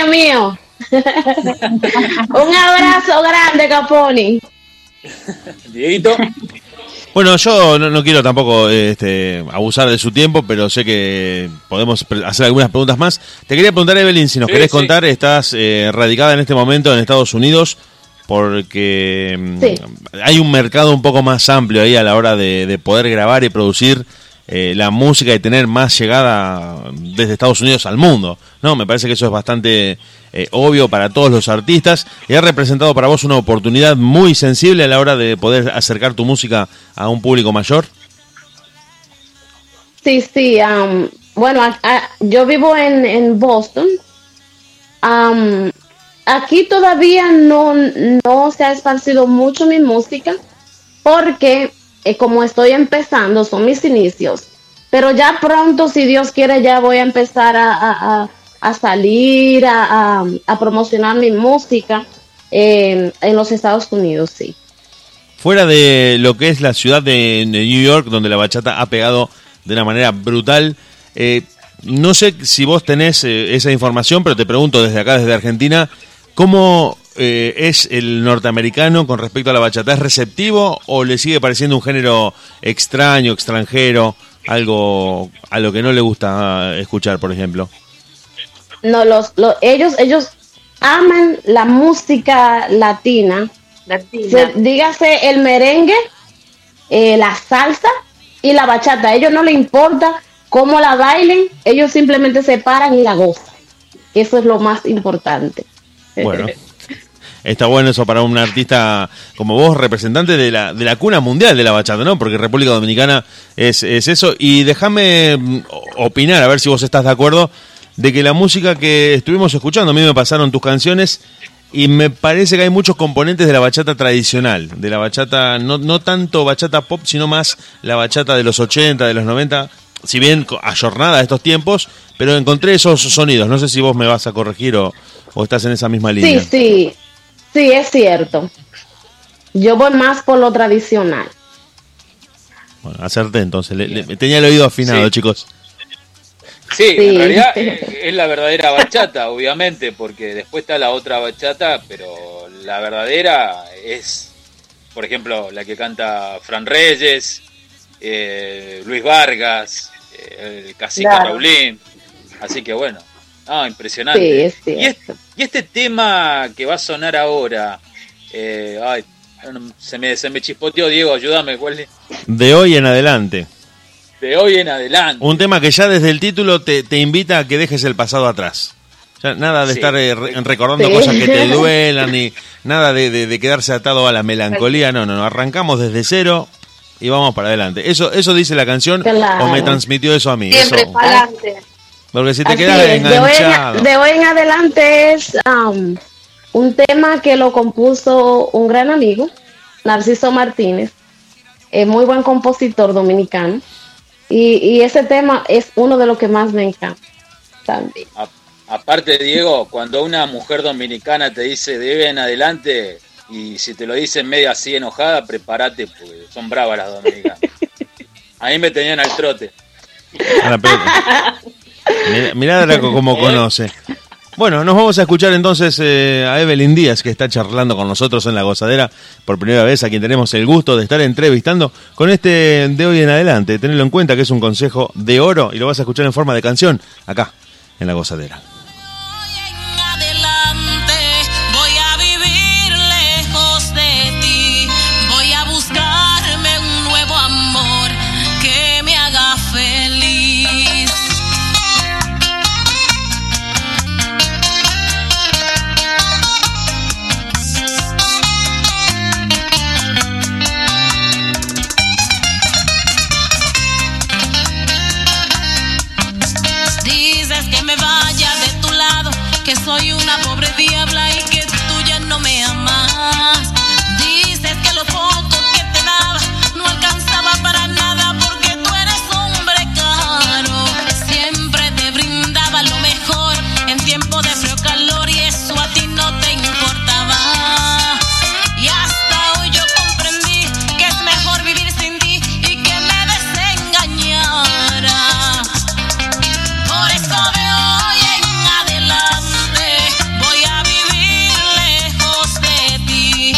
Un abrazo grande, Caponi. Dieguito. Bueno, yo no quiero tampoco abusar de su tiempo, pero sé que podemos hacer algunas preguntas más. Te quería preguntar, Evelyn, si nos querés contar, estás radicada en este momento en Estados Unidos, porque hay un mercado un poco más amplio ahí a la hora de poder grabar y producir la música y tener más llegada desde Estados Unidos al mundo, ¿no? Me parece que eso es bastante obvio para todos los artistas y ha representado para vos una oportunidad muy sensible a la hora de poder acercar tu música a un público mayor. Sí, bueno, yo vivo en Boston. Aquí todavía no se ha esparcido mucho mi música, porque como estoy empezando, son mis inicios, pero ya pronto, si Dios quiere, ya voy a empezar a salir, a promocionar mi música en los Estados Unidos, sí. Fuera de lo que es la ciudad de New York, donde la bachata ha pegado de una manera brutal, no sé si vos tenés esa información, pero te pregunto desde acá, desde Argentina, ¿cómo es el norteamericano con respecto a la bachata? ¿Es receptivo o le sigue pareciendo un género extraño, extranjero, algo a lo que no le gusta escuchar, por ejemplo? No, ellos aman la música latina. Dígase el merengue, la salsa y la bachata. A ellos no les importa cómo la bailen, ellos simplemente se paran y la gozan. Eso es lo más importante. Bueno, está bueno eso para un artista como vos, representante de la cuna mundial de la bachata, ¿no? Porque República Dominicana es eso. Y déjame opinar, a ver si vos estás de acuerdo, de que la música que estuvimos escuchando, a mí me pasaron tus canciones y me parece que hay muchos componentes de la bachata tradicional, de la bachata, no tanto bachata pop, sino más la bachata de los 80, de los 90, si bien ayornada a estos tiempos, pero encontré esos sonidos. No sé si vos me vas a corregir o estás en esa misma línea. Sí, es cierto. Yo voy más por lo tradicional. Bueno, acerté entonces, tenía el oído afinado, sí. Chicos. Sí, en realidad es la verdadera bachata, obviamente, porque después está la otra bachata, pero la verdadera es, por ejemplo, la que canta Fran Reyes, Luis Vargas, el Cacique Raulín. Así que bueno, impresionante. Sí, y este tema que va a sonar ahora, se me chispoteó, Diego, ayúdame, ¿cuál es? De hoy en adelante. De hoy en adelante. Un tema que ya desde el título te invita a que dejes el pasado atrás. Ya nada de estar recordando cosas que te duelan, ni nada de quedarse atado a la melancolía. No, arrancamos desde cero y vamos para adelante. Eso dice la canción, claro. O me transmitió eso a mí. Siempre para adelante. Porque si te quedas enganchado. De hoy en adelante es un tema que lo compuso un gran amigo, Narciso Martínez, muy buen compositor dominicano. Y ese tema es uno de los que más me encanta también. Aparte, Diego, cuando una mujer dominicana te dice de hoy en adelante, y si te lo dicen medio así enojada, prepárate, porque son bravas las dominicanas. A mí me tenían al trote. Mirá Draco cómo conoce. Bueno, nos vamos a escuchar entonces a Evelyn Díaz, que está charlando con nosotros en La Gozadera por primera vez, a quien tenemos el gusto de estar entrevistando con este de hoy en adelante. Tenedlo en cuenta que es un consejo de oro y lo vas a escuchar en forma de canción acá en La Gozadera. Que soy una pobre diabla y que tú ya no me amas. Dices que lo poco que te daba no alcanzaba para nada porque tú eres hombre caro. Siempre te brindaba lo mejor en tiempo de frío calor y eso a ti no te importaba. Y hasta hoy yo comprendí que es mejor vivir sin ti y que me desengañara. Por eso de hoy en adelante voy a vivir lejos de ti.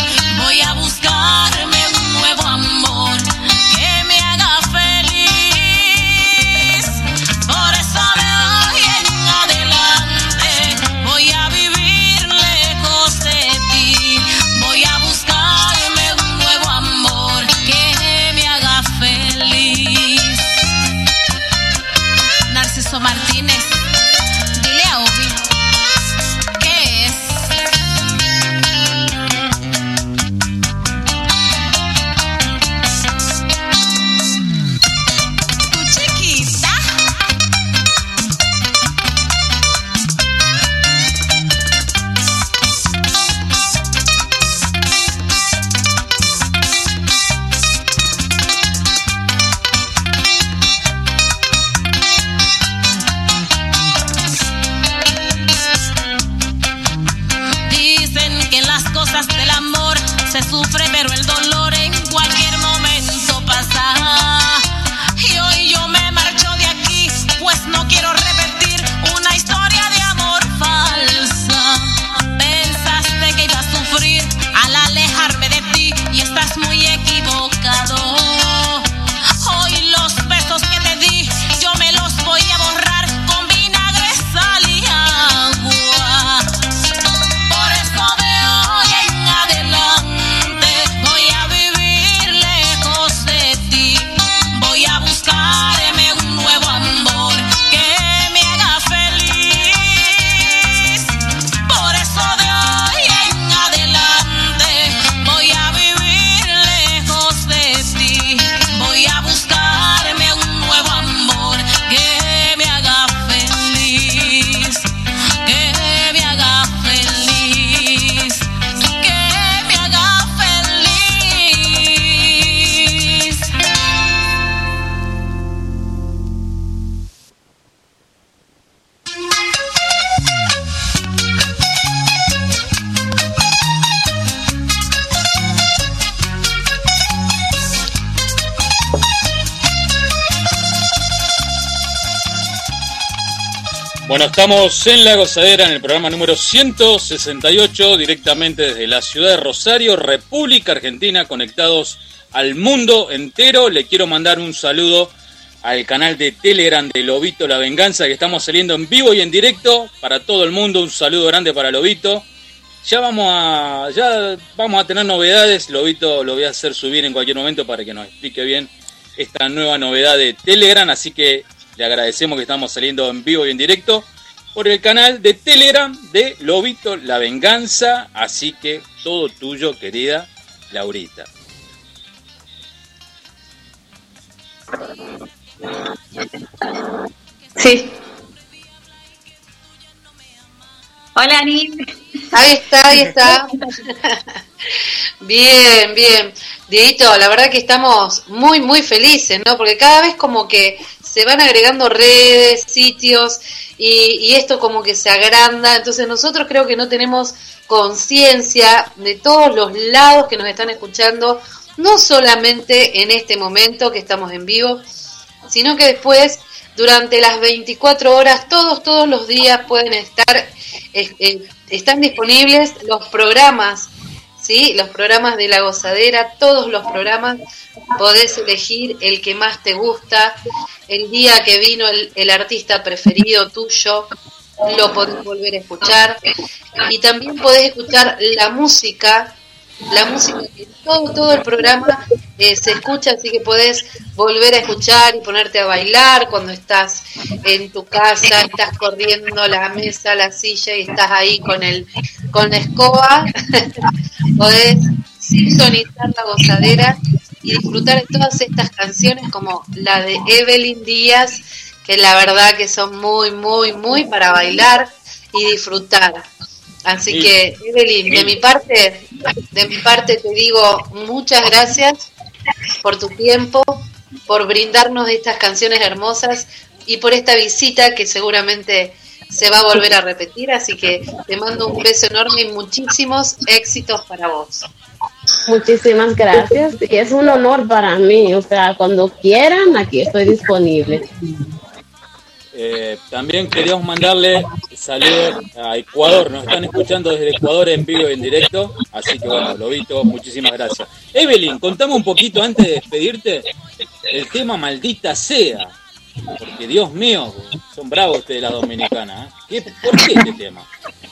Bueno, estamos en La Gozadera, en el programa número 168, directamente desde la ciudad de Rosario, República Argentina, conectados al mundo entero. Le quiero mandar un saludo al canal de Telegram de Lobito La Venganza, que estamos saliendo en vivo y en directo para todo el mundo. Un saludo grande para Lobito. Ya vamos a tener novedades. Lobito lo voy a hacer subir en cualquier momento para que nos explique bien esta nueva novedad de Telegram, así que le agradecemos que estamos saliendo en vivo y en directo por el canal de Telegram de Lobito La Venganza. Así que todo tuyo, querida Laurita. Sí. Hola, Ani. Ahí está. Bien. Dieguito, la verdad que estamos muy, muy felices, ¿no? Porque cada vez como que se van agregando redes, sitios, y esto como que se agranda. Entonces nosotros creo que no tenemos conciencia de todos los lados que nos están escuchando, no solamente en este momento que estamos en vivo, sino que después, durante las 24 horas, todos los días pueden estar, están disponibles los programas, ¿sí? Los programas de La Gozadera, todos los programas, podés elegir el que más te gusta, el día que vino el artista preferido tuyo, lo podés volver a escuchar, y también podés escuchar la música que todo el programa se escucha, así que podés volver a escuchar y ponerte a bailar cuando estás en tu casa, estás corriendo la mesa, la silla y estás ahí con la escoba. Podés sintonizar La Gozadera y disfrutar de todas estas canciones como la de Evelyn Díaz, que la verdad que son muy, muy, muy para bailar y disfrutar. Así sí. Que, Evelyn, de mi parte te digo muchas gracias por tu tiempo, por brindarnos estas canciones hermosas y por esta visita que seguramente se va a volver a repetir. Así que te mando un beso enorme y muchísimos éxitos para vos. Muchísimas gracias, y es un honor para mí, o sea, cuando quieran, aquí estoy disponible. También queríamos mandarle saludos a Ecuador, nos están escuchando desde Ecuador en vivo y en directo, así que bueno, Lobito, muchísimas gracias. Evelyn, contame un poquito antes de despedirte el tema Maldita Sea, porque Dios mío, son bravos ustedes las dominicanas, ¿eh? ¿Por qué este tema?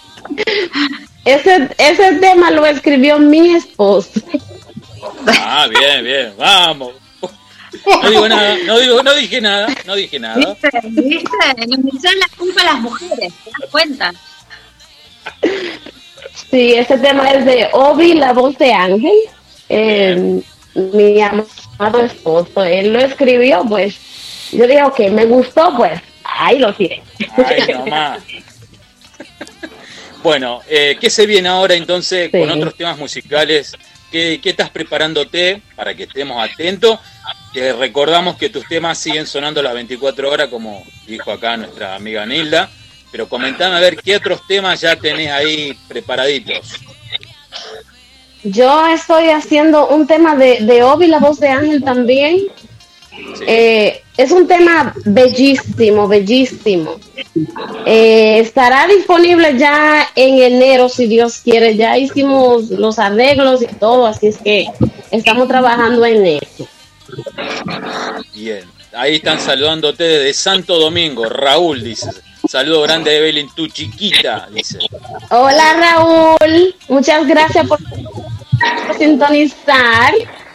Ese tema lo escribió mi esposo. Ah, bien, vamos. No digo nada, no dije nada. ¿Viste? Nos echan la culpa a las mujeres, ¿te das cuenta? Sí, ese tema es de Obi, la voz de Ángel, mi amado esposo. Él lo escribió, pues, yo dije, ok, me gustó, pues, ahí lo tiré. Ay, nomás. Bueno, ¿qué se viene ahora entonces con otros temas musicales? ¿Qué estás preparándote para que estemos atentos? Te recordamos que tus temas siguen sonando las 24 horas, como dijo acá nuestra amiga Nilda, pero comentame a ver qué otros temas ya tenés ahí preparaditos. Yo estoy haciendo un tema de Obi, la voz de Ángel también. Sí. Es un tema bellísimo. Estará disponible ya en enero, si Dios quiere. Ya hicimos los arreglos y todo, así es que estamos trabajando en eso. Bien, ahí están saludándote desde Santo Domingo. Raúl dice, saludo grande a Evelyn, tu chiquita, dice. Hola Raúl, muchas gracias por sintonizar.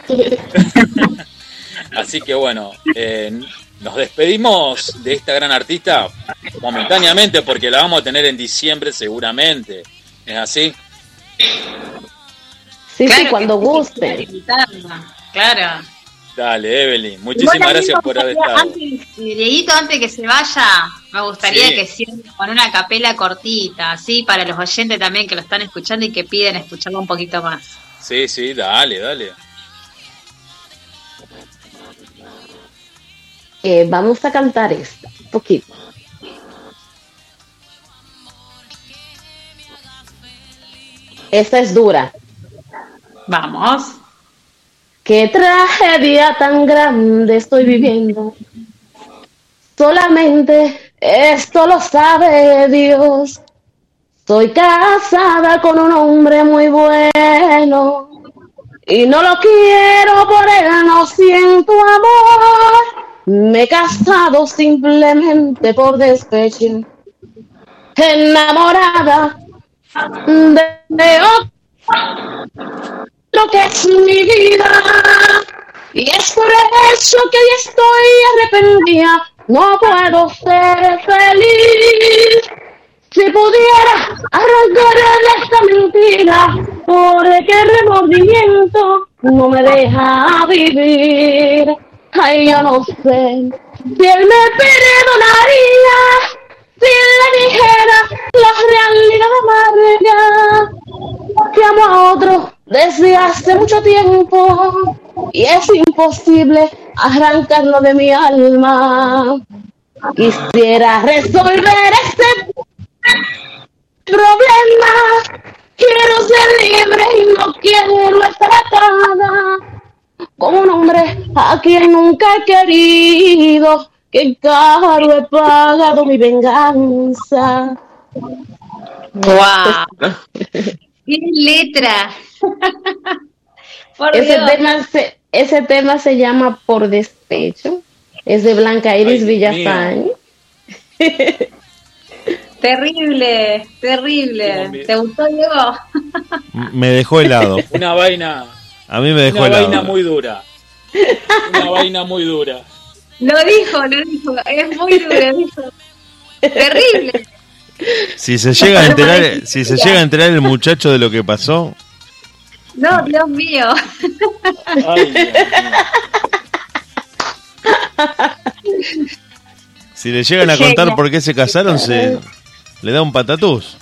Así que bueno, nos despedimos de esta gran artista momentáneamente porque la vamos a tener en diciembre seguramente. ¿Es así? Sí, claro, sí, cuando guste. Claro. Dale, Evelyn, muchísimas gracias por haber estado. Dieguito, antes que se vaya, me gustaría que cierre con una capela cortita, así para los oyentes también que lo están escuchando y que piden escucharlo un poquito más. Sí, dale. Vamos a cantar esta, un poquito. Esta es dura. Vamos. Qué tragedia tan grande estoy viviendo. Solamente esto lo sabe Dios. Soy casada con un hombre muy bueno y no lo quiero, por él no siento amor. Me he casado simplemente por despecho, enamorada de otro que es mi vida. Y es por eso que hoy estoy arrepentida, no puedo ser feliz. Si pudiera arrancarle esta mentira, porque el remordimiento no me deja vivir. Ay, yo no sé si él me perdonaría si le dijera la realidad amarga. Que amo a otro desde hace mucho tiempo y es imposible arrancarlo de mi alma. Quisiera resolver este problema, quiero ser libre y no quiero estar atada como un hombre a quien nunca he querido, que caro he pagado mi venganza. ¡Wow! ¡Qué letra! Ese tema se llama Por Despecho, es de Blanca Iris Villafañe. Terrible, terrible. ¿Te gustó, Diego? Me dejó helado. Una vaina. A mí me dejó helado. Una vaina muy dura. Una vaina muy dura. Lo dijo. Es muy duro, dijo. Terrible. Si se llega a enterar el muchacho de lo que pasó. No, Dios mío. Ay, Dios mío. Si le llegan a contar por qué se casaron, le da un patatús.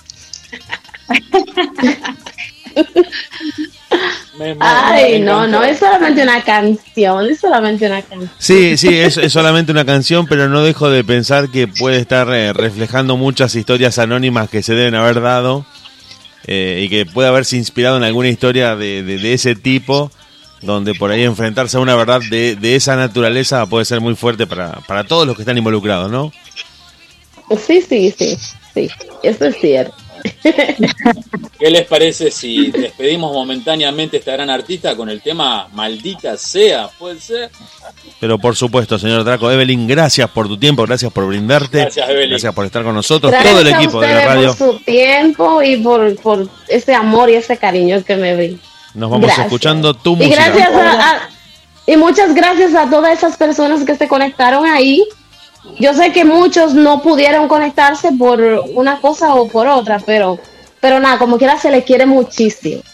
Ay, no, es solamente una canción, Sí, es solamente una canción, pero no dejo de pensar que puede estar reflejando muchas historias anónimas que se deben haber dado y que puede haberse inspirado en alguna historia de ese tipo, donde por ahí enfrentarse a una verdad de esa naturaleza puede ser muy fuerte para todos los que están involucrados, ¿no? Sí, eso es cierto. ¿Qué les parece si despedimos momentáneamente a esta gran artista con el tema Maldita Sea? ¿Puede ser? Pero por supuesto, señor Draco. Evelyn, gracias por tu tiempo, gracias por brindarte. Gracias, Evelyn. Gracias por estar con nosotros, gracias todo el equipo de la radio. Por su tiempo y por ese amor y ese cariño que me brinda. Nos vamos escuchando tu música. Y muchas gracias a todas esas personas que se conectaron ahí. Yo sé que muchos no pudieron conectarse por una cosa o por otra, pero nada, como quiera se les quiere muchísimo.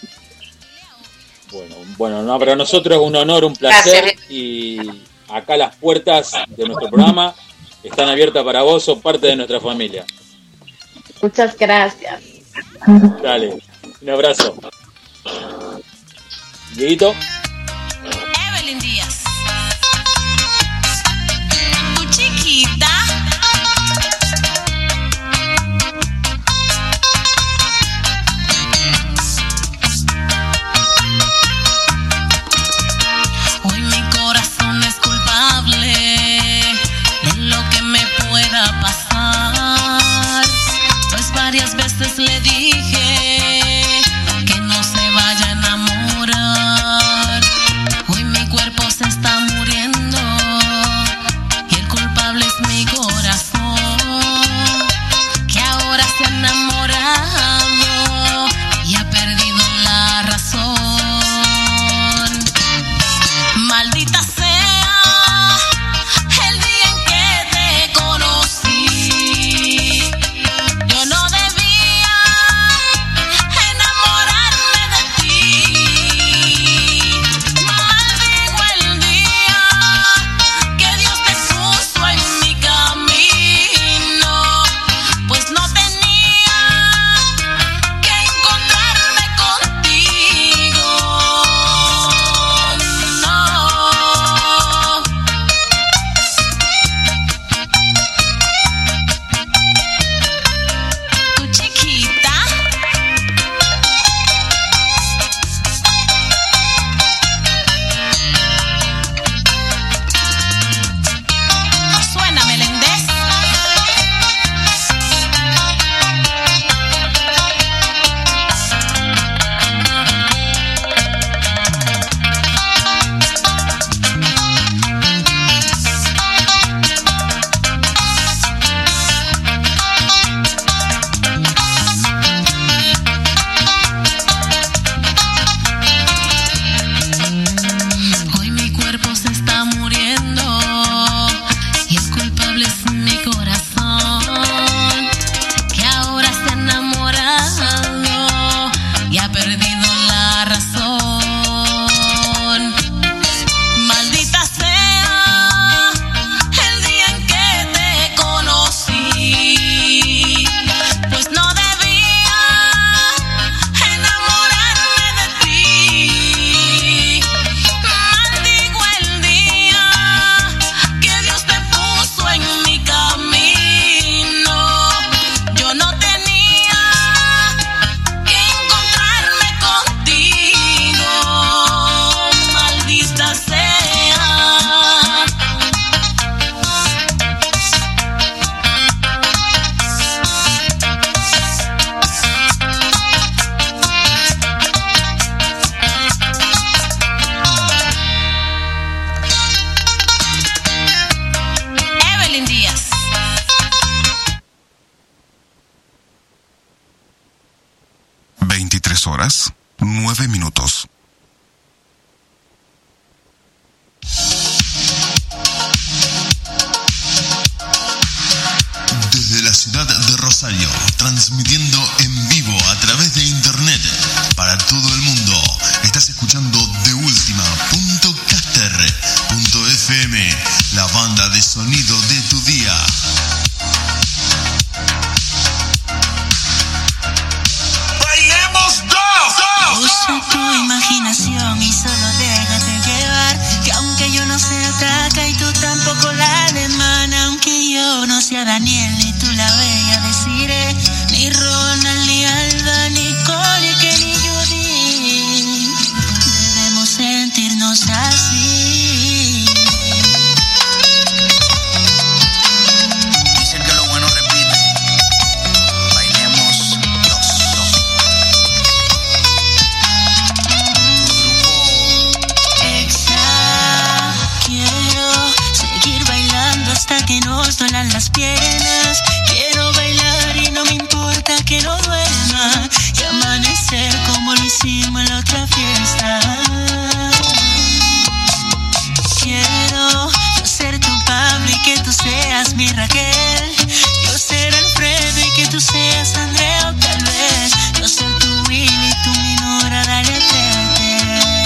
Bueno, no, para nosotros es un honor, un placer. Gracias. Y acá las puertas de nuestro programa están abiertas para vos, sos parte de nuestra familia. Muchas gracias. Dale, un abrazo. Dieguito. Evelyn Díaz. Tu chiquita. Hoy mi corazón es culpable de lo que me pueda pasar, pues varias veces le dije que no se vaya a enamorar. 3 horas, 9 minutos. Desde la ciudad de Rosario, transmitiendo en vivo a través de internet para todo el mundo. Estás escuchando deultima.caster.fm, la banda de sonido de tu día. ¡Bailemos dos! Usa tu imaginación y solo déjate llevar, que aunque yo no sea Taca y tú tampoco la alemana, aunque yo no sea Daniel ni tú la bella Desiree, ni Ronald, ni Alba, ni Cole, que ni Judy, debemos sentirnos así. Dicen que lo bueno repite. Bailemos dos. Quiero seguir bailando hasta que nos duelan las piernas. Quiero bailar y no me importa que no duerma, y amanecer como lo hicimos en la otra fiesta. Quiero yo ser tu Pablo y que tú seas mi Raquel. Yo ser Alfredo y que tú seas Andrea, o tal vez yo ser tu Willy y tu mi Nora, dale atrévete.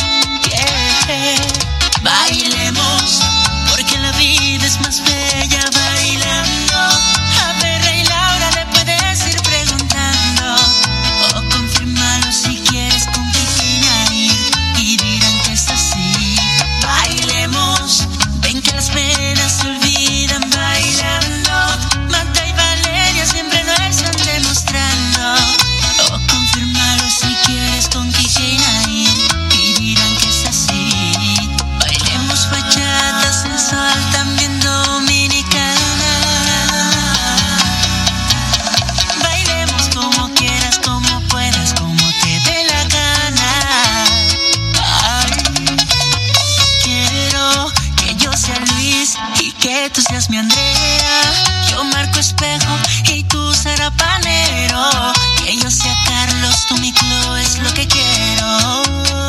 Bailemos, porque la vida es más bella bailando. A Perra y Laura le puedes ir preguntando, o confírmalo si quieres con Cristina y dirán que es así. Bailemos, ven que las penas se olvidan bailando. Marta y Valeria siempre lo están demostrando, o confírmalo si quieres con Cristina y dirán que es así. Bailemos bachata sensual, también dominicana. Bailemos como quieras, como puedas, como te dé la gana. Ay, quiero que yo sea Luis y que tú seas mi Andrea. Yo Marco Espejo y tú Sara Panero. Que yo sea Carlos, tú mi Chloe, es lo que quiero.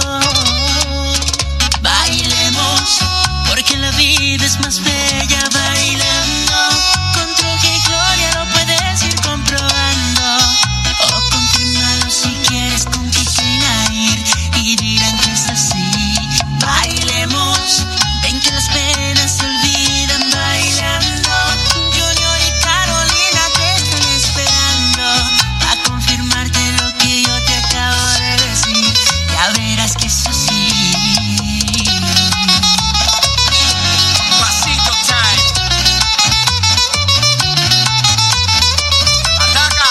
Bailemos, porque la vida es más bella bailando. Con Troje y Gloria lo puedes ir comprobando, o confirmalo si quieres con Cristina y dirán que es así. Bailemos, ven que las penas se olvidan bailando. Junior y Carolina te están esperando a confirmarte lo que yo te acabo de decir. Ya verás que es así. Pasito time. Ataca.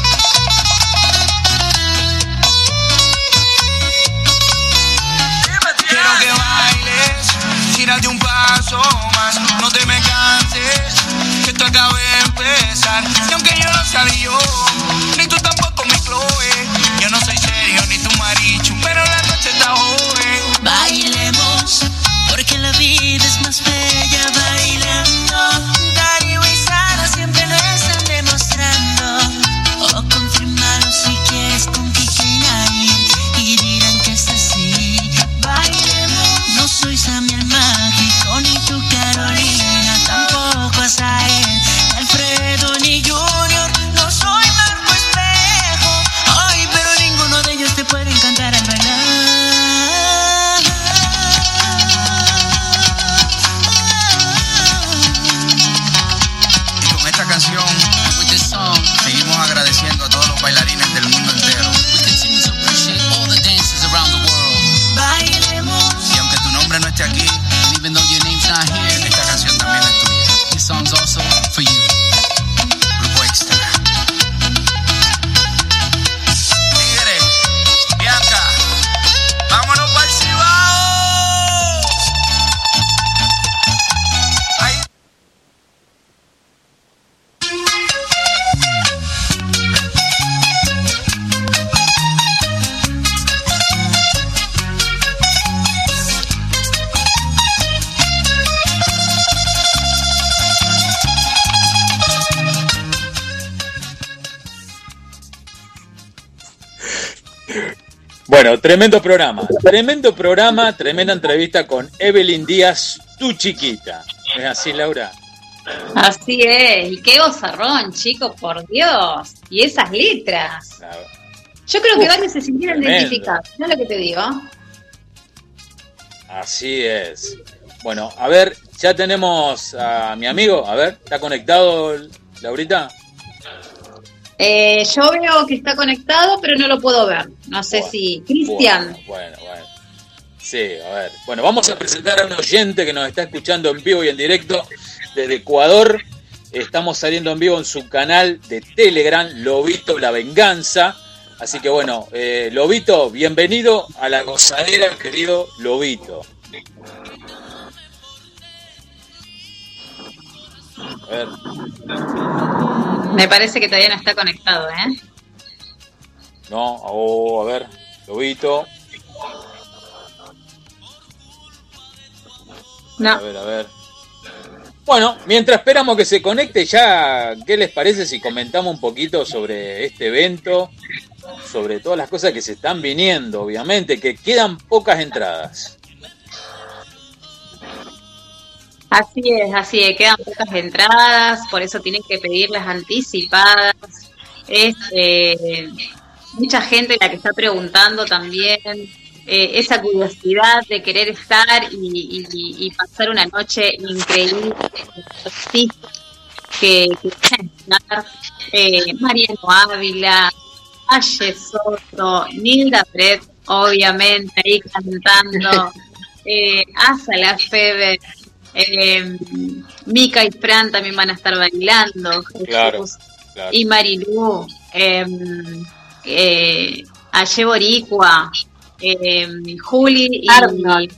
Quiero que bailes, tírate un paso más, no te me canses, que esto acaba de empezar. Y aunque yo no sea yo, ni tú tampoco mi Chloe, yo no soy serio ni tu Marichu, pero la noche está joven. Bailemos, porque la vida es más bella bailando. Darío y Sara siempre lo están demostrando, o confirmalo si quieres con Cristina y dirán que es así. Bailemos, no soy Sammy el mágico ni tu Carolina, tampoco Azael, Alfredo ni Junior, no soy Marco Espejo. Ay, pero ninguno de ellos te puede encantar al bailar. Bueno, tremenda programa, tremenda entrevista con Evelyn Díaz, tu chiquita. ¿Es así, Laura? Así es, y qué bozarrón, chicos, por Dios. Y esas letras. Claro. Yo creo que varios se sintieron Tremendo. identificados, ¿no es lo que te digo? Así es. Bueno, a ver, ya tenemos a mi amigo. A ver, ¿está conectado, Laurita? Yo veo que está conectado, pero no lo puedo ver. No sé si... Cristian. Bueno. Sí, a ver. Bueno, vamos a presentar a un oyente que nos está escuchando en vivo y en directo desde Ecuador. Estamos saliendo en vivo en su canal de Telegram, Lobito La Venganza. Así que bueno, Lobito, bienvenido a La Gozadera, querido Lobito. A ver. Me parece que todavía no está conectado, ¿eh? No, a ver, Lobito. No. A ver. Bueno, mientras esperamos que se conecte ya, ¿qué les parece si comentamos un poquito sobre este evento? Sobre todas las cosas que se están viniendo, obviamente, que quedan pocas entradas. Así es, quedan pocas entradas, por eso tienen que pedirlas anticipadas. Mucha gente la que está preguntando también, esa curiosidad de querer estar y pasar una noche increíble, sí, que van a estar Mariano Ávila, Aye Soto, Nilda Pret, obviamente, ahí cantando, Asa La Febe, Mica y Fran también van a estar bailando, Claro. y Marilú, Aye Boricua, Juli y Arnold.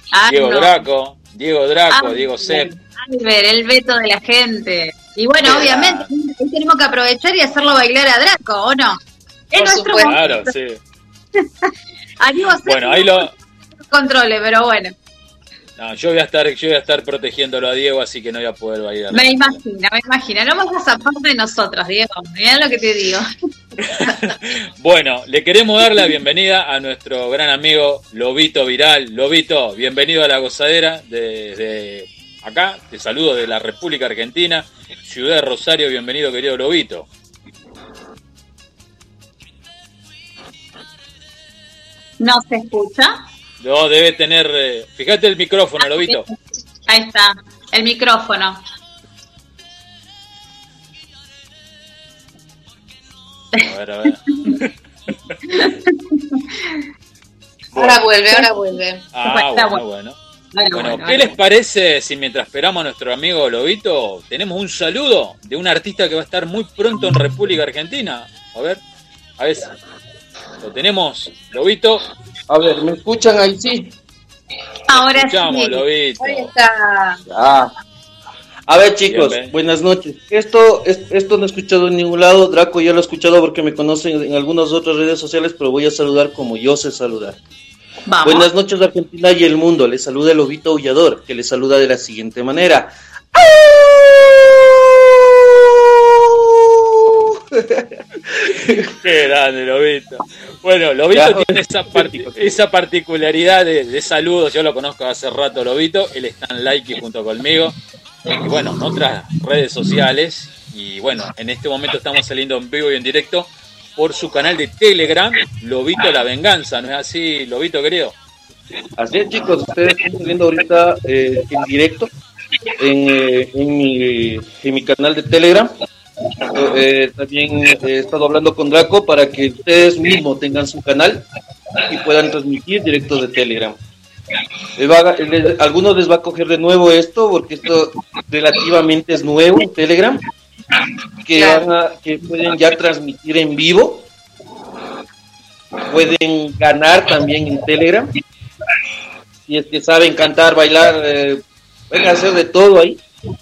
Diego Draco, Diego Sepp. Albert, el Beto de la gente. Y bueno, obviamente, hoy tenemos que aprovechar y hacerlo bailar a Draco, ¿o no? Es Por nuestro supuesto. Claro, momento. sí. A Diego Sepp Bueno, ahí lo... controle, pero bueno. No, yo voy a estar protegiéndolo a Diego, así que no voy a poder bailar. Me imagino. No vamos a zafar de nosotros, Diego. Mirá lo que te digo. Bueno, le queremos dar la bienvenida a nuestro gran amigo Lobito Viral. Lobito, bienvenido a La Gozadera desde acá. Te saludo de la República Argentina, ciudad de Rosario. Bienvenido, querido Lobito. ¿No se escucha? No, debe tener... fíjate el micrófono, Lobito. Ahí está, el micrófono. A ver. Ahora vuelve. Bueno, ¿qué les parece si mientras esperamos a nuestro amigo Lobito, tenemos un saludo de un artista que va a estar muy pronto en República Argentina? A ver si lo tenemos, Lobito. A ver, ¿me escuchan ahí? Sí. Ahora Escuchamos, sí. Lobito. Ahí está. A ver, chicos, Bien, buenas noches. Esto no he escuchado en ningún lado. Draco ya lo he escuchado porque me conocen en algunas otras redes sociales, pero voy a saludar como yo sé saludar. Vamos. Buenas noches, Argentina y el mundo. Les saluda el Lobito Aullador, que les saluda de la siguiente manera. Qué grande, Lobito. Bueno, Lobito tiene esa particularidad de saludos. Yo lo conozco hace rato, Lobito. Él está en Like junto conmigo. Y bueno, en otras redes sociales. Y bueno, en este momento estamos saliendo en vivo y en directo por su canal de Telegram, Lobito La Venganza. ¿No es así, Lobito, querido? Así es, chicos. Ustedes están viendo ahorita en directo en mi canal de Telegram. También he estado hablando con Draco para que ustedes mismos tengan su canal y puedan transmitir directos de Telegram. Algunos les va a coger de nuevo esto porque esto relativamente es nuevo en Telegram, que pueden ya transmitir en vivo, pueden ganar también en Telegram, si es que saben cantar, bailar, pueden hacer de todo ahí.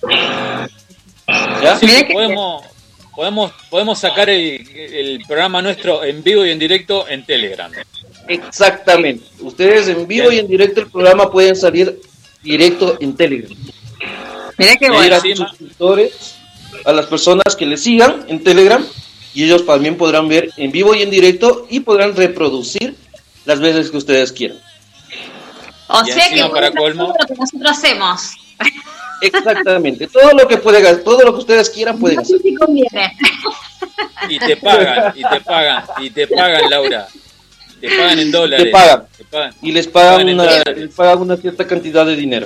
¿Ya? Sí, podemos sacar el programa nuestro en vivo y en directo en Telegram. Exactamente. Ustedes en vivo y en directo el programa pueden salir directo en Telegram. Mira qué bueno. bueno. A sus suscriptores, a las personas que les sigan en Telegram, y ellos también podrán ver en vivo y en directo y podrán reproducir las veces que ustedes quieran. O Y sea que encima, para todo colmo- lo que nosotros hacemos. Exactamente, todo lo que ustedes quieran pueden No sé hacer. si conviene. Y te pagan, Laura. Te pagan en dólares. Te pagan. Te pagan. Y les pagan en una, dólares. les pagan una cierta cantidad de dinero.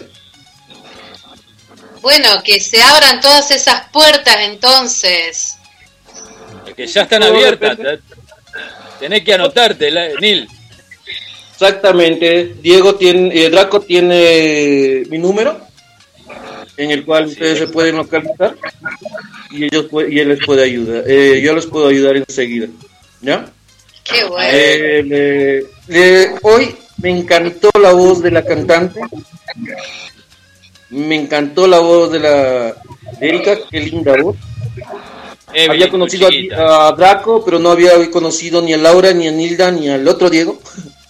Bueno, que se abran todas esas puertas entonces. Es que ya están Todo abiertas. depende. Tenés que anotarte, Nil. Exactamente, Draco tiene mi número, en el cual ustedes se pueden localizar y él les puede ayudar. Yo les puedo ayudar enseguida, ¿ya? Qué bueno. Hoy me encantó la voz de la cantante, me encantó la voz de Erika, qué linda voz. Evelyn, Había conocido tu chiquita. a Draco, pero no había conocido ni a Laura, ni a Nilda, ni al otro Diego.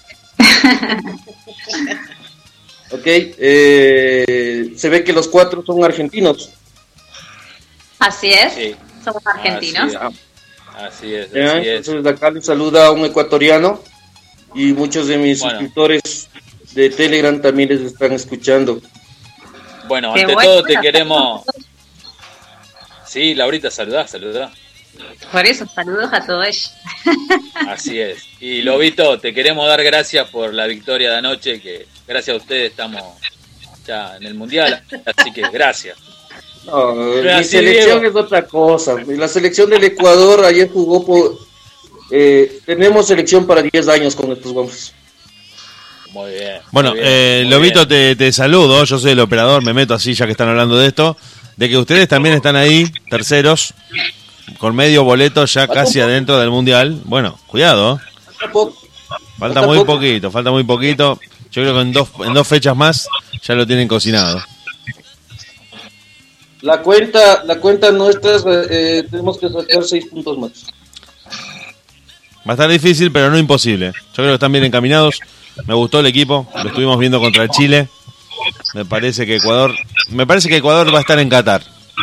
Ok, se ve que los 4 son argentinos. Así es, Sí. somos argentinos. Así es. ¿Ya? Así es. Entonces de acá les saluda a un ecuatoriano y muchos de mis Bueno. suscriptores de Telegram también les están escuchando. Bueno, Qué ante bueno. todo te queremos... Sí, Laurita, saludá. Por eso, saludos a todos ellos. Así es. Y Lobito, te queremos dar gracias por la victoria de anoche, que gracias a ustedes estamos ya en el Mundial, así que gracias. No, mi Gracias, selección Diego. es otra cosa. La selección del Ecuador ayer jugó tenemos selección para 10 años con estos guapos. Muy bien. Bueno, muy bien, muy Lobito, bien. te saludo. Yo soy el operador, me meto así ya que están hablando de esto. De que ustedes también están ahí, terceros, con medio boleto ya casi adentro del Mundial. Bueno, cuidado. Falta muy poquito. Yo creo que en dos fechas más ya lo tienen cocinado. La cuenta nuestra tenemos que sacar 6 puntos más. Va a estar difícil, pero no imposible. Yo creo que están bien encaminados. Me gustó el equipo, lo estuvimos viendo contra Chile. Me parece que Ecuador va a estar en Qatar.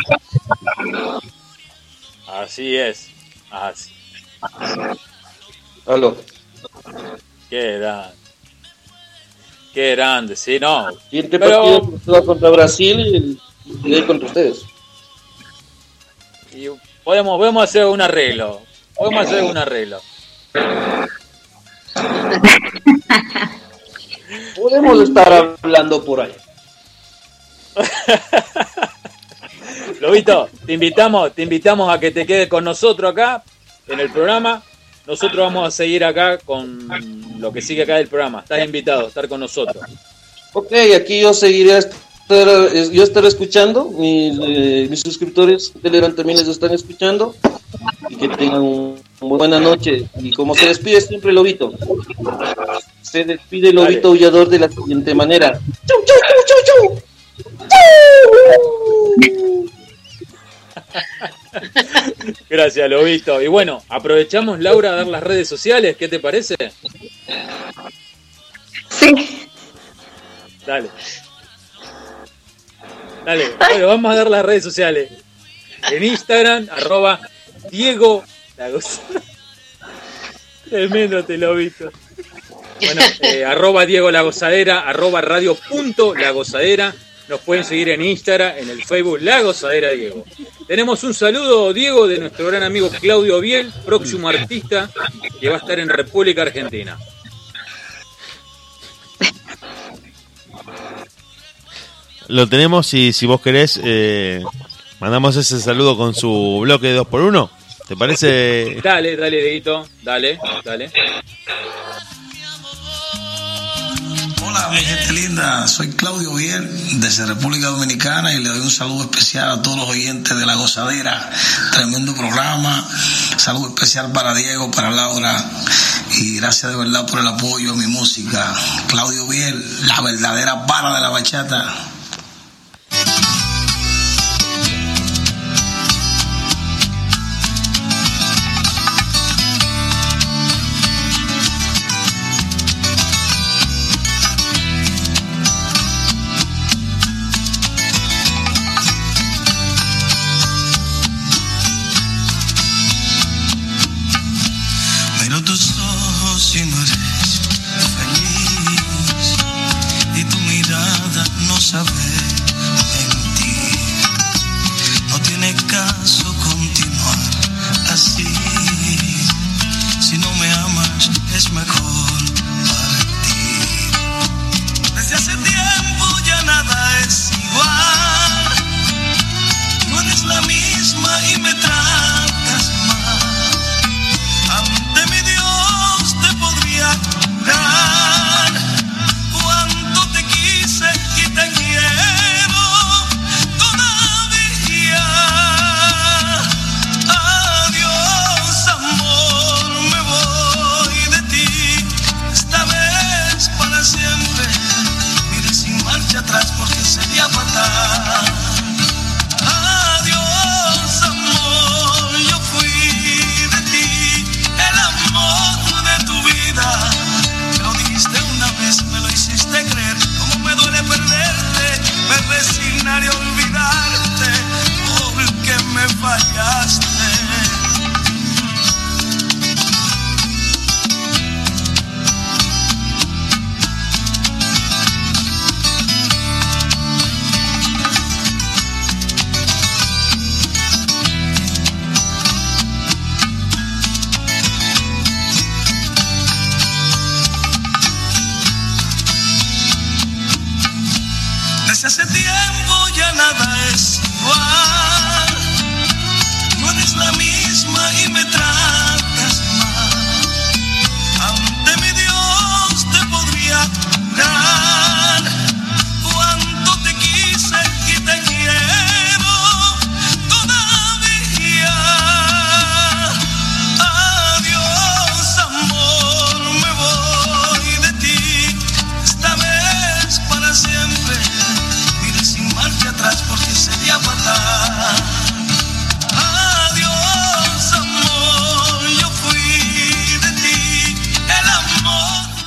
Así es. Así. Aló. Qué grande, sí, no. Siguiente Pero- partido juega contra Brasil y de ahí contra ustedes. Y podemos hacer un arreglo. Podemos estar hablando por ahí. Lobito, te invitamos a que te quedes con nosotros acá en el programa. Nosotros vamos a seguir acá con lo que sigue acá del programa. Estás invitado a estar con nosotros. Ok, aquí yo seguiré estaré escuchando. Mis suscriptores de Telegram también les están escuchando. Y que tengan una buena noche. Y como se despide siempre Lobito. Se despide Lobito Aullador de la siguiente manera. ¡Chau, chau, chau, chau, chau! Gracias, Lobito. Y bueno, aprovechamos, Laura, a dar las redes sociales. ¿Qué te parece? Sí. Dale. Bueno, vamos a dar las redes sociales. En Instagram, @Diego Lagozadera. Tremendo te Lobito. Bueno, @Diego Lagozadera, @radio.lagozadera. Nos pueden seguir en Instagram, en el Facebook La Gozadera Diego. Tenemos un saludo, Diego, de nuestro gran amigo Claudio Biel, próximo artista que va a estar en República Argentina. Lo tenemos y si vos querés, mandamos ese saludo con su bloque de 2x1. ¿Te parece? Dale, Dieguito, dale. Hola mi gente linda, soy Claudio Biel desde República Dominicana y le doy un saludo especial a todos los oyentes de La Gozadera. Tremendo programa, saludo especial para Diego, para Laura y gracias de verdad por el apoyo a mi música. Claudio Biel, la verdadera vara de la bachata. Miro tus ojos y no eres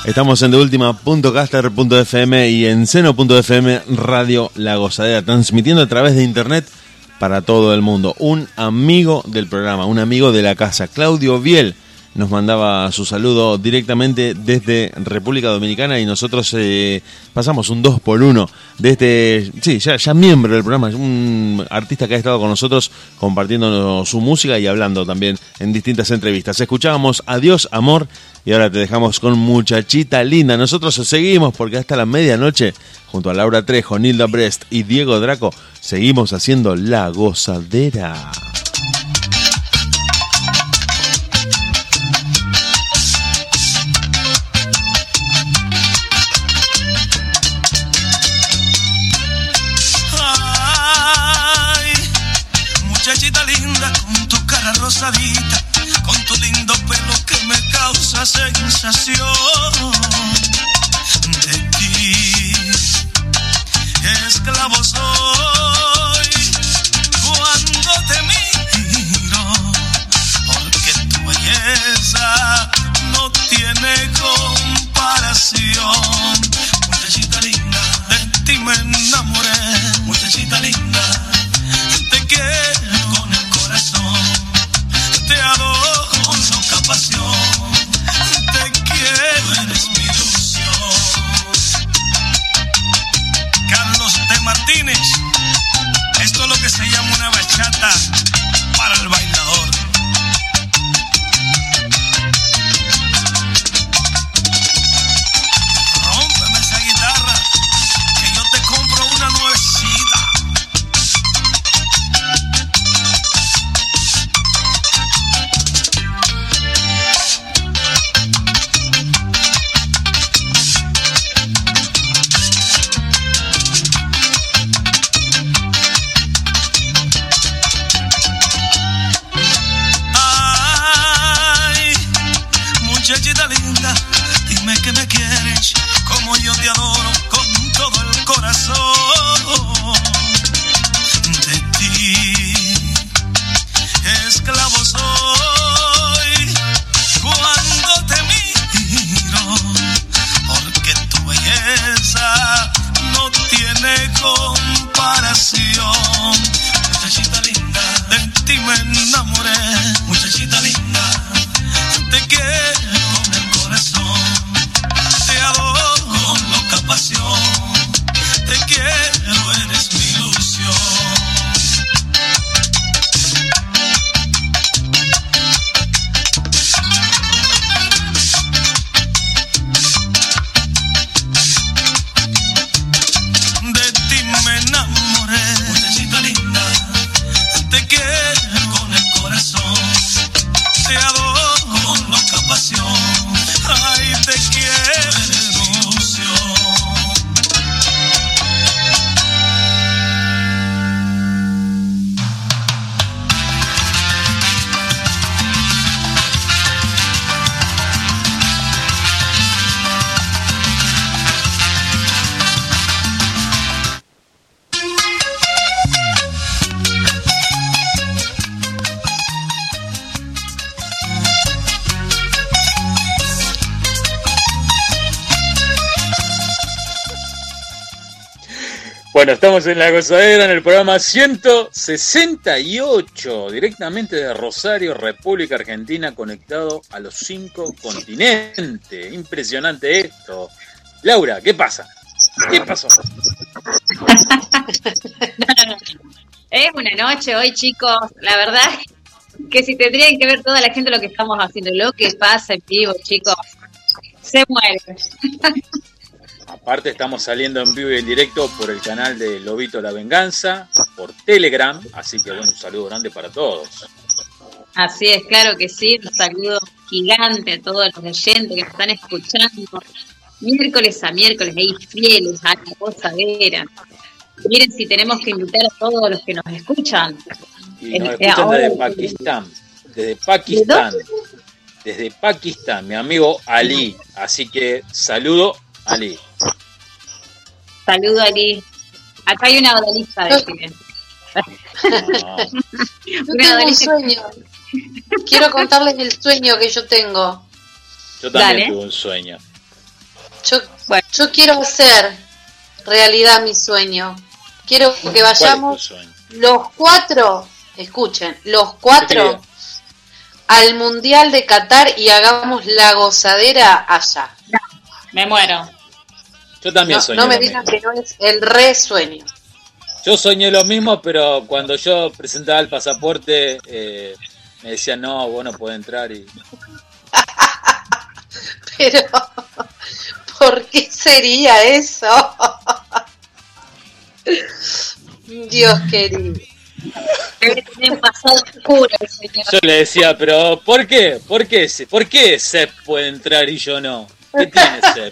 Estamos en deultima.caster.fm y en seno.fm Radio La Gozadera, transmitiendo a través de internet para todo el mundo. Un amigo del programa, un amigo de la casa, Claudio Viel, nos mandaba su saludo directamente desde República Dominicana y nosotros pasamos un 2x1 de este, sí, ya miembro del programa, un artista que ha estado con nosotros compartiendo su música y hablando también en distintas entrevistas. Escuchábamos Adiós Amor y ahora te dejamos con Muchachita Linda. Nosotros seguimos porque hasta la medianoche, junto a Laura Trejo, Nilda Brest y Diego Draco, seguimos haciendo La Gozadera. Muchachita linda, con tu cara rosadita, con tu lindo pelo que me causa sensación. De ti, esclavo soy cuando te miro, porque tu belleza no tiene comparación. Muchachita linda, de ti me enamoré. Muchachita linda, te quiero con el corazón, te adoro con loca pasión, te quiero, eres mi ilusión. Carlos de Martínez, esto es lo que se llama una bachata para el bailador. Rómpeme esa guitarra, que yo te compro una nuevecita. Muchachita linda, dime que me quieres como yo te adoro con todo el corazón. De ti, esclavo soy cuando te miro, porque tu belleza no tiene comparación. Muchachita linda, de ti me enamoré. Muchachita linda, te quiero con el corazón, te adoro con loca pasión, te quiero, eres mi ilusión. De ti me enamoré. Muchachita linda, te quiero con el corazón, te adoro con loca pasión, ay, te quiero, eres mi ilusión. Bueno, estamos en La Gozadera, en el programa 168, directamente de Rosario, República Argentina, conectado a los 5 continentes. Impresionante esto. Laura, ¿qué pasa? ¿Qué pasó? Es una noche hoy, chicos. La verdad que si tendrían que ver toda la gente lo que estamos haciendo, lo que pasa en vivo, chicos, se muere. Aparte estamos saliendo en vivo y en directo por el canal de Lobito La Venganza, por Telegram, así que bueno, un saludo grande para todos. Así es, claro que sí, un saludo gigante a todos los oyentes que nos están escuchando, miércoles a miércoles, ahí fieles a La Gozadera. Miren si tenemos que invitar a todos los que nos escuchan. Y nos escuchan ahora, desde Pakistán, desde Pakistán, mi amigo Ali, así que saludo Ali. Saludo, Ali. Acá hay una odalista de Chile. Yo tengo un sueño. Quiero contarles el sueño que yo tengo. Yo también tuve un sueño. Yo quiero hacer realidad mi sueño. Quiero que vayamos los 4, escuchen, los 4 al Mundial de Qatar y hagamos la gozadera allá. Me muero. Yo también soñé. No me digan que no es el resueño. Yo soñé lo mismo, pero cuando yo presentaba el pasaporte, me decían, no, vos no podés entrar. Pero, ¿por qué sería eso? Dios querido. Debe tener pasado oscuro el señor. Yo le decía, pero ¿por qué? ¿Por qué Sepp puede entrar y yo no? ¿Qué tiene Sepp?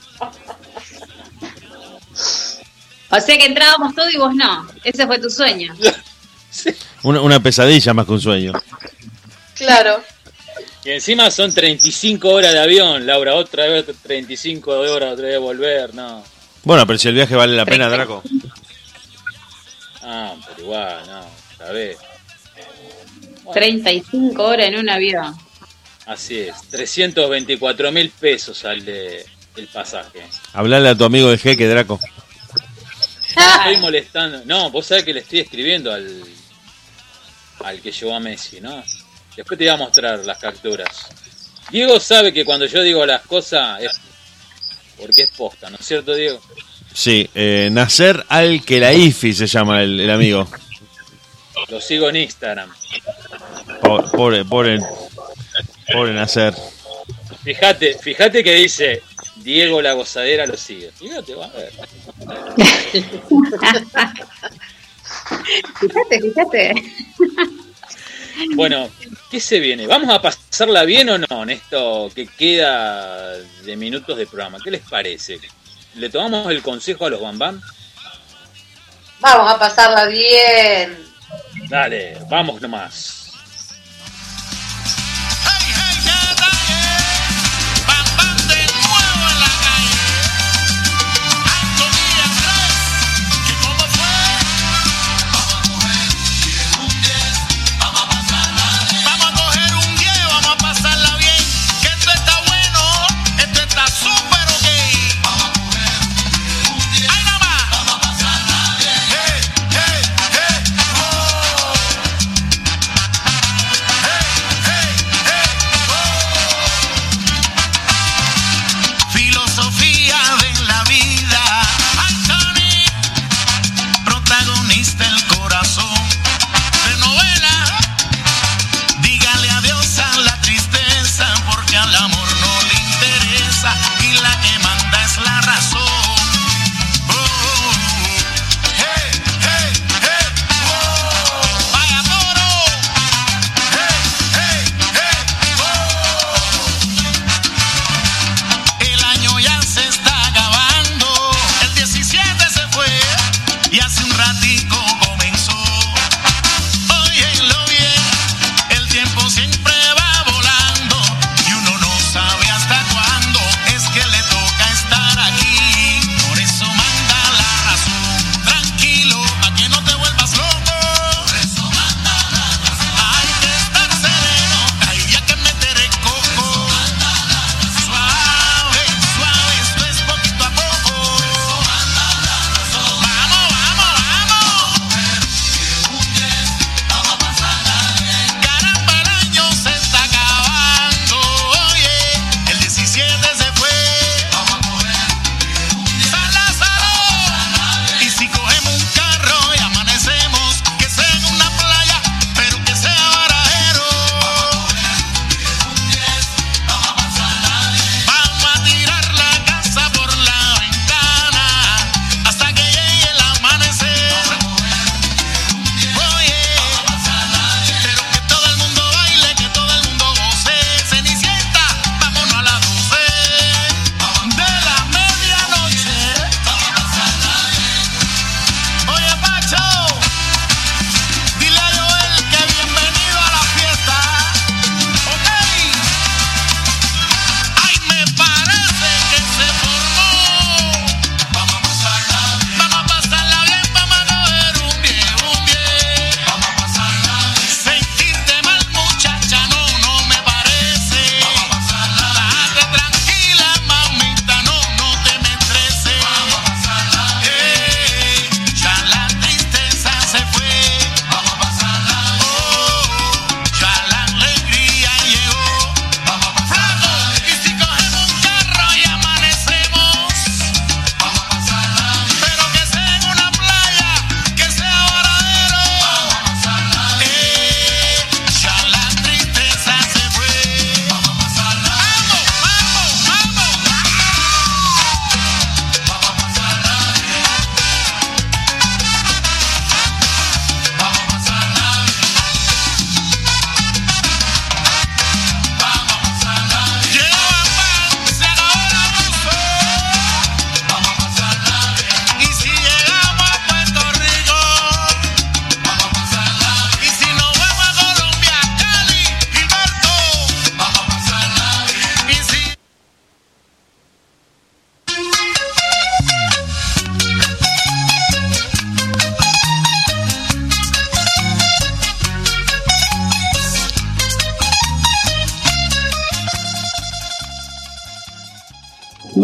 O sea que entrábamos todos y vos no. Ese fue tu sueño. Sí. Una pesadilla más que un sueño. Claro. Y encima son 35 horas de avión, Laura. Otra vez 35 horas, otra vez volver, no. Bueno, pero si el viaje vale la pena, Draco. Ah, pero igual, no, sabés. Bueno. 35 horas en un avión. Así es, 324.000 pesos sale el pasaje. Hablale a tu amigo de jeque, Draco. Estoy molestando. No, vos sabés que le estoy escribiendo al que llevó a Messi, ¿no? Después te voy a mostrar las capturas. Diego sabe que cuando yo digo las cosas es porque es posta, ¿no es cierto, Diego? Sí, Nasser Al-Khelaifi se llama el amigo. Lo sigo en Instagram. Pobre Nasser. Fíjate que dice Diego la gozadera lo sigue. Fíjate, va a ver. Fíjate. Bueno, ¿qué se viene? ¿Vamos a pasarla bien o no en esto que queda de minutos de programa? ¿Qué les parece? ¿Le tomamos el consejo a los Bambam? Vamos a pasarla bien. Dale, vamos nomás. Hey,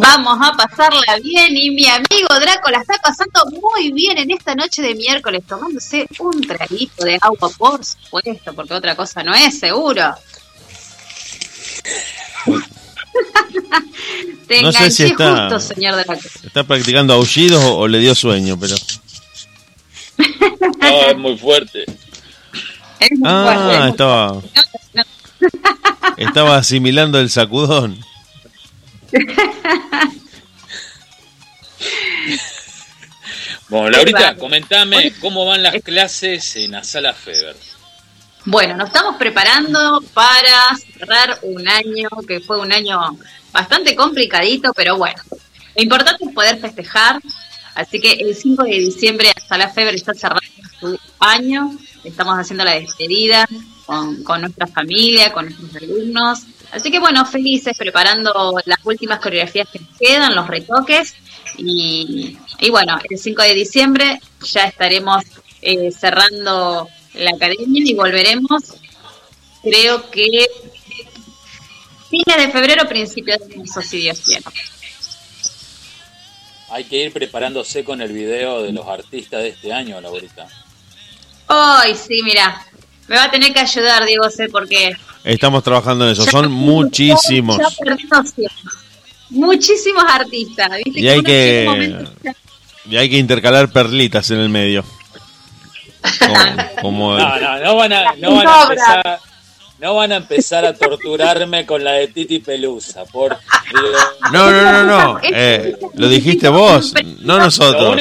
Vamos a pasarla bien y mi amigo Draco la está pasando muy bien en esta noche de miércoles, tomándose un traguito de agua, por supuesto, porque otra cosa no es, seguro. Te No sé si enganché está, justo, señor Draco. está practicando aullidos o le dio sueño, pero... No, es muy fuerte. Es muy fuerte. Estaba... Estaba asimilando el sacudón. Bueno, Laurita, comentame cómo van las clases en la sala Feber. Bueno, nos estamos preparando para cerrar un año que fue un año bastante complicadito, pero bueno, lo importante es poder festejar. Así que el 5 de diciembre Sala Feber está cerrando su año. Estamos haciendo la despedida con nuestra familia, con nuestros alumnos. Así que bueno, felices, preparando las últimas coreografías que nos quedan, los retoques. Y bueno, el 5 de diciembre ya estaremos cerrando la academia y volveremos, creo que fines de febrero, principios de marzo, si Dios quiere. Hay que ir preparándose con el video de los artistas de este año, Laurita. Ay, sí, mira, me va a tener que ayudar, Diego, sé por qué. Estamos trabajando en eso, son muchísimos. Ya perdí noción. Muchísimos artistas, ¿viste? Y hay que intercalar perlitas en el medio. Como No van a empezar a torturarme con la de Titi Pelusa, por Dios. No. Lo dijiste vos, no nosotros.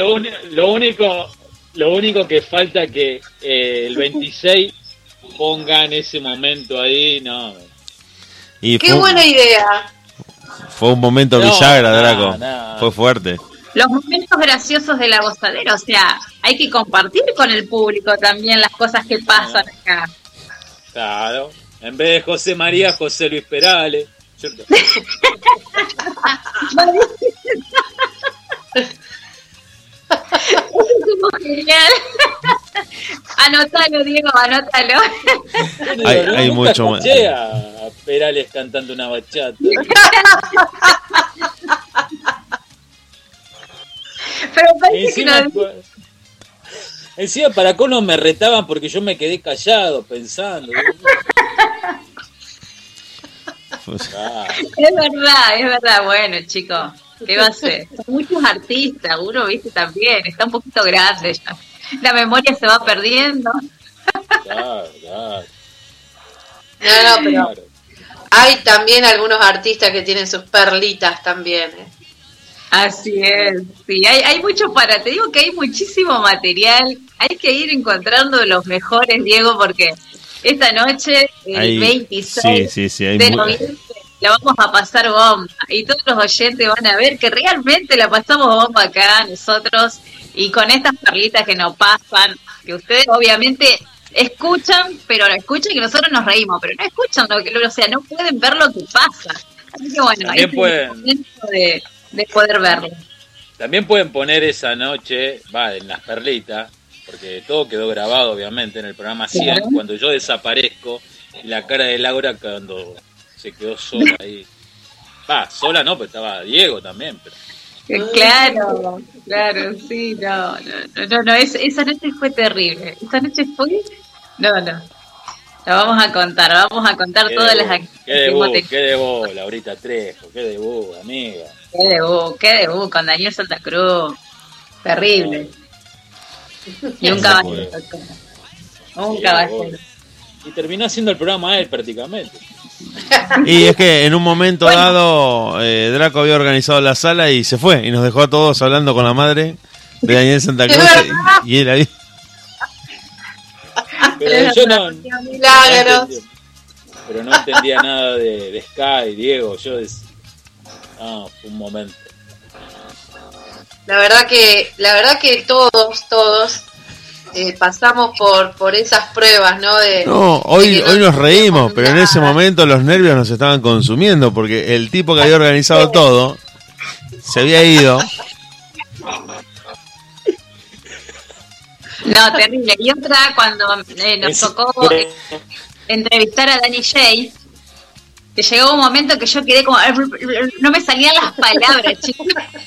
Lo único que falta que el 26 pongan ese momento ahí, no. Y qué buena idea. Fue un momento bisagra, Draco. Fue fuerte. Los momentos graciosos de la gozadera, o sea, hay que compartir con el público también las cosas que pasan acá. Claro, en vez de José María, José Luis Perales, ¿cierto? Es genial. Anótalo, Diego, anótalo. Hay mucho más. A Perales cantando una bachata. Pero parece que no... Encima para cono me retaban porque yo me quedé callado pensando. Es verdad, bueno, chicos, ¿qué va a ser? Son muchos artistas, uno, viste, también, está un poquito grande ya. La memoria se va perdiendo. Claro. No, pero hay también algunos artistas que tienen sus perlitas también, Así es, sí, hay mucho te digo que hay muchísimo material, hay que ir encontrando los mejores, Diego, porque esta noche, el 26 de noviembre, la vamos a pasar bomba, y todos los oyentes van a ver que realmente la pasamos bomba acá nosotros, y con estas perlitas que nos pasan, que ustedes obviamente escuchan, pero lo escuchan y nosotros nos reímos, pero no escuchan, o sea, no pueden ver lo que pasa, así que bueno, ahí es el momento de poder verlo. También pueden poner esa noche, en las perlitas, porque todo quedó grabado obviamente en el programa 100, cuando yo desaparezco, y la cara de Laura cuando se quedó sola ahí. Sola no, pero estaba Diego también. Pero... Claro, sí, no, esa noche fue terrible. Esa noche fue... No. Lo vamos a contar todas las actividades. Qué debut, Laurita Trejo, qué debut, amiga. Qué debut con Daniel Santa Cruz. Terrible. Y un caballero. Y terminó haciendo el programa él prácticamente. Y es que en un momento dado Draco había organizado la sala y se fue y nos dejó a todos hablando con la madre de Daniel Santa Cruz y él ahí. Pero yo no entendía nada de Sky, Diego, fue un momento. La verdad que todos pasamos por esas pruebas, ¿no? Hoy nos reímos, pero en ese momento los nervios nos estaban consumiendo porque el tipo que había organizado todo se había ido. No, terrible. Y otra, cuando nos tocó entrevistar a Danny J, que llegó un momento que yo quedé como, no me salían las palabras, chicos.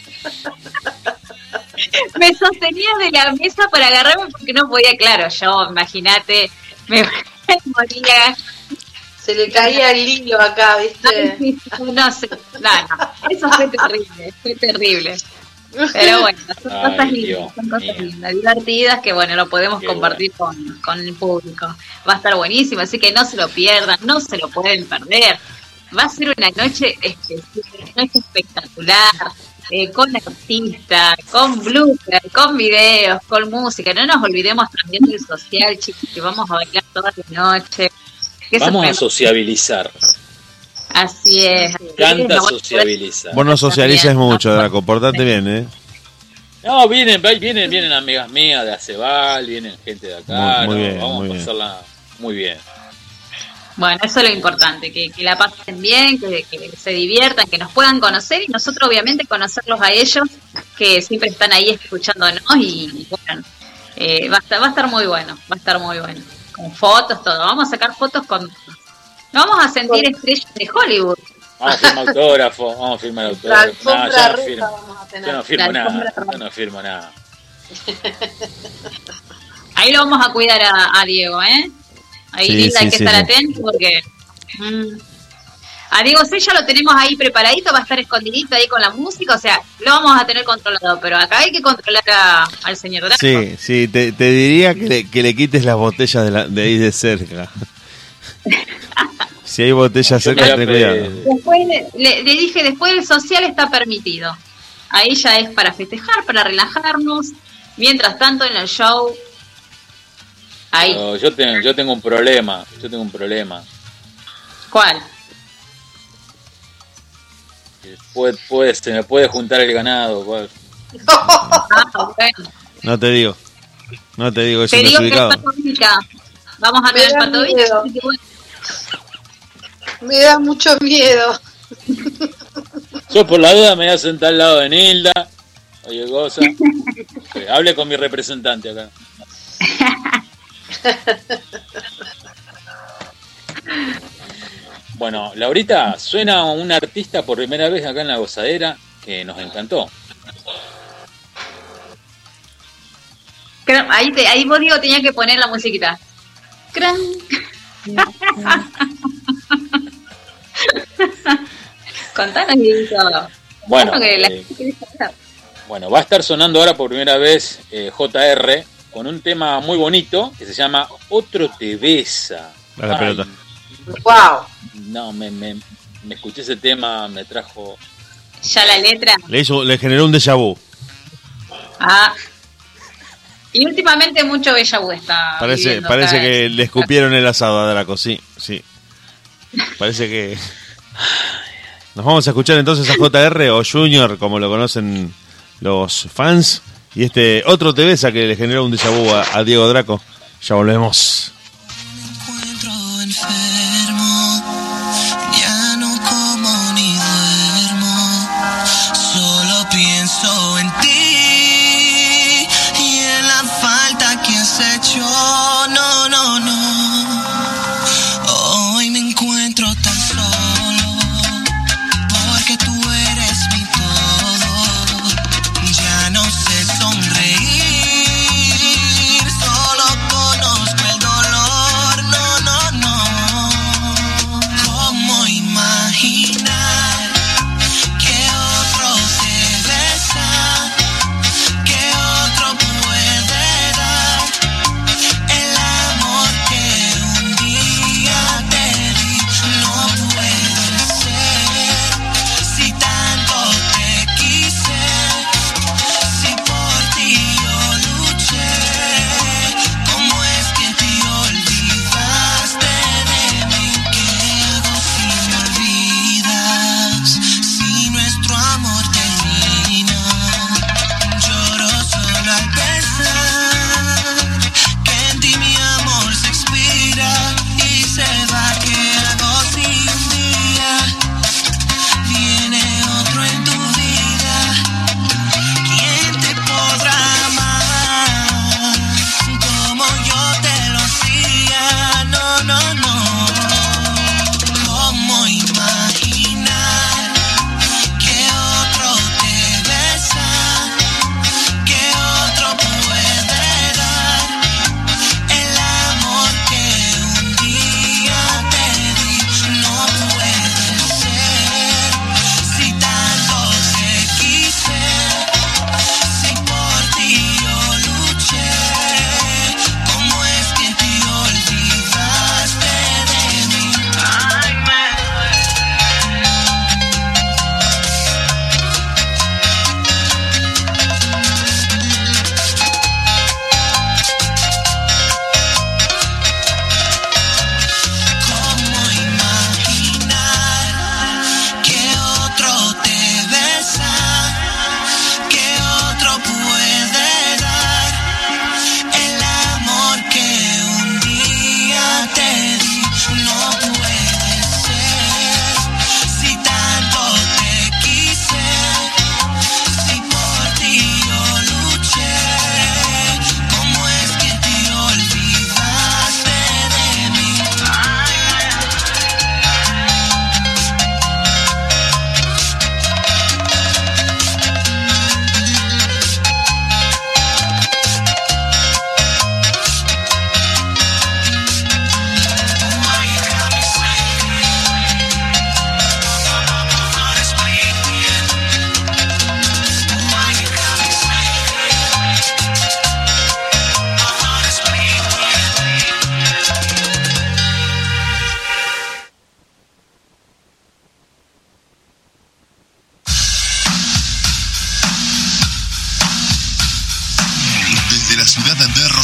Me sostenía de la mesa para agarrarme porque no podía, claro, yo, imagínate, me moría. Se le caía el hilo acá, ¿viste? No sé, no, eso fue terrible. Pero bueno, son cosas lindas, divertidas, que bueno, lo podemos compartir con el público. Va a estar buenísimo, así que no se lo pierdan, no se lo pueden perder. Va a ser una noche espectacular, con artistas, con bloopers, con videos, con música. No nos olvidemos también del social, chicos, que vamos a bailar toda la noche. Vamos a sociabilizar. Así es. Canta sociabilizar. Vos no socialices mucho, Draco, portate bien, ¿eh? No, vienen amigas mías de Acebal, vienen gente de acá. Muy bien, vamos a pasarla muy bien. Bueno, eso es lo importante, que la pasen bien, que se diviertan, que nos puedan conocer y nosotros obviamente conocerlos a ellos, que siempre están ahí escuchándonos y bueno, va a estar muy bueno, con fotos, todo, vamos a sacar fotos con... Nos vamos a sentir estrellas de Hollywood. Vamos a firmar autógrafo, vamos a firmar autógrafo. Yo no firmo nada. Ahí lo vamos a cuidar a Diego, ¿eh? Ahí sí, Linda, hay que estar atento porque... A Diego C ya lo tenemos ahí preparadito, va a estar escondidito ahí con la música, o sea, lo vamos a tener controlado, pero acá hay que controlar al señor Draco. Sí, te diría que le quites las botellas de ahí de cerca. Si hay botellas cerca, ten cuidado. Después le dije, después del social está permitido. Ahí ya es para festejar, para relajarnos. Mientras tanto, en el show... Ahí. No, yo tengo un problema. ¿Cuál? Se me puede juntar el ganado. Bueno. No te digo, eso te no digo es ubicado. Que vamos a tener Patovica. Me da mucho miedo. Yo por la duda me voy a sentar al lado de Nilda. Oye, Goza. Hable con mi representante acá. Bueno, Laurita, suena un artista por primera vez acá en La Gozadera que nos encantó. Ahí vos, Diego, tenía que poner la musiquita. ¡Cran! Contanos, Dieguito. Bueno, va a estar sonando ahora por primera vez JR con un tema muy bonito que se llama Otro te besa. A la pelota. Wow. No, me escuché ese tema, me trajo... ¿Ya la letra? Le generó un déjà vu. Y últimamente mucho déjà vu está Parece que le escupieron el asado a Draco, sí. Parece que... Nos vamos a escuchar entonces a JR o Junior, como lo conocen los fans. Y Otro te besa que le generó un déjà vu a Diego Draco. Ya volvemos. Solo conozco el dolor, no.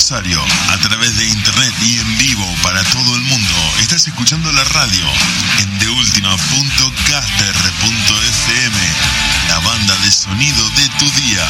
Rosario, a través de internet y en vivo para todo el mundo. Estás escuchando la radio en deultima.caster.fm, la banda de sonido de tu día.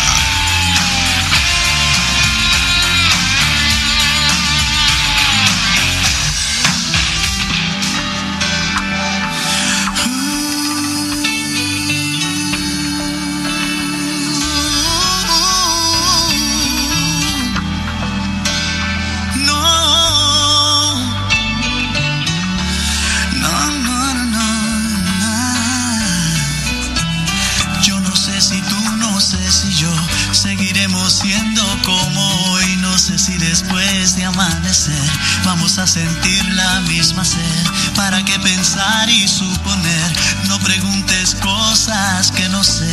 Siendo como hoy, no sé si después de amanecer vamos a sentir la misma sed. ¿Para qué pensar y suponer? No preguntes cosas que no sé.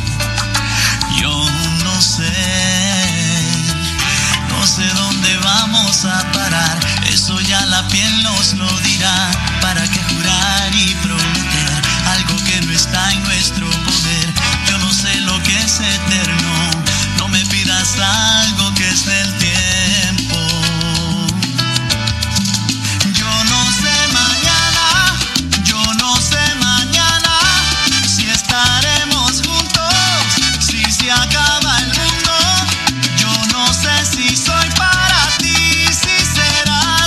Yo no sé. No sé dónde vamos a parar. Eso ya la piel nos lo dirá. ¿Para qué jurar y prometer algo que no está en nuestro poder? Yo no sé lo que es eterno. No me pidas algo que es del tiempo. Yo no sé mañana, yo no sé mañana si estaremos juntos, si se acaba el mundo. Yo no sé si soy para ti, si será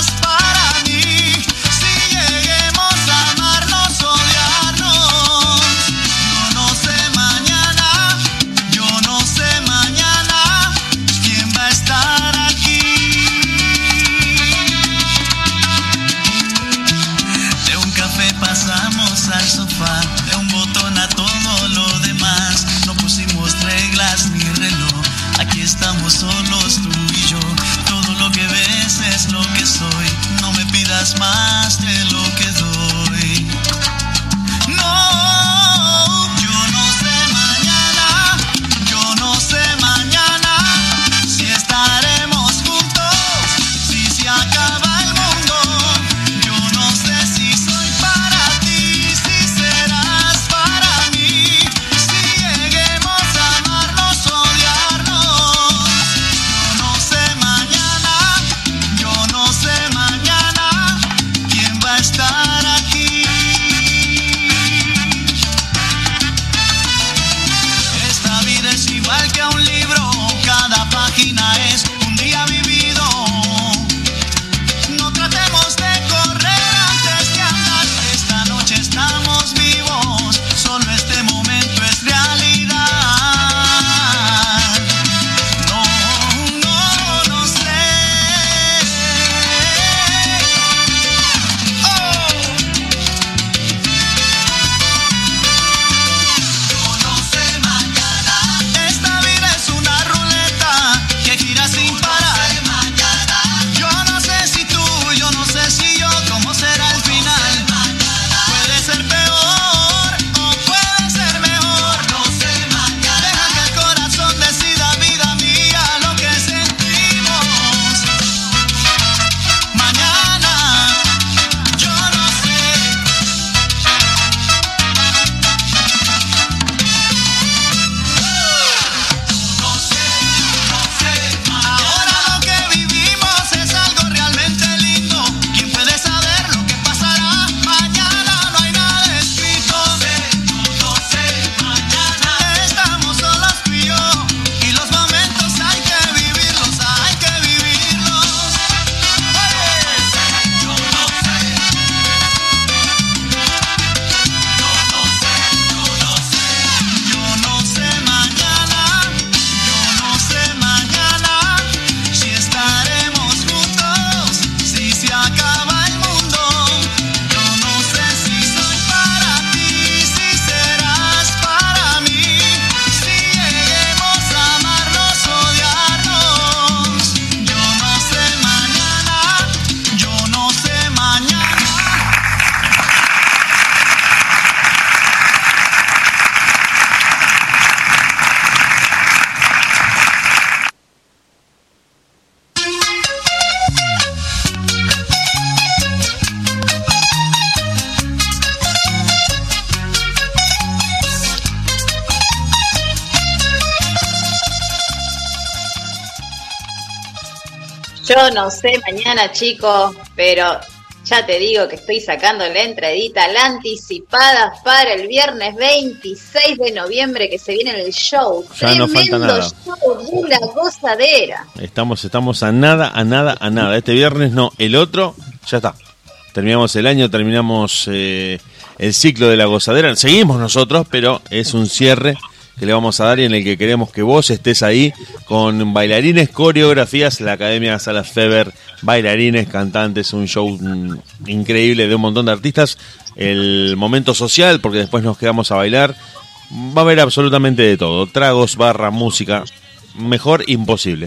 Yo no sé mañana, chicos, pero ya te digo que estoy sacando la entradita, la anticipada para el viernes 26 de noviembre que se viene el show. Ya no falta nada. Show de La Gozadera. Estamos a nada. Este viernes no, el otro, ya está. Terminamos el año, terminamos el ciclo de La Gozadera. Seguimos nosotros, pero es un cierre que le vamos a dar y en el que queremos que vos estés ahí con bailarines, coreografías, la Academia Salas Feber, bailarines, cantantes, un show increíble de un montón de artistas, el momento social, porque después nos quedamos a bailar, va a haber absolutamente de todo, tragos, barra, música, mejor imposible.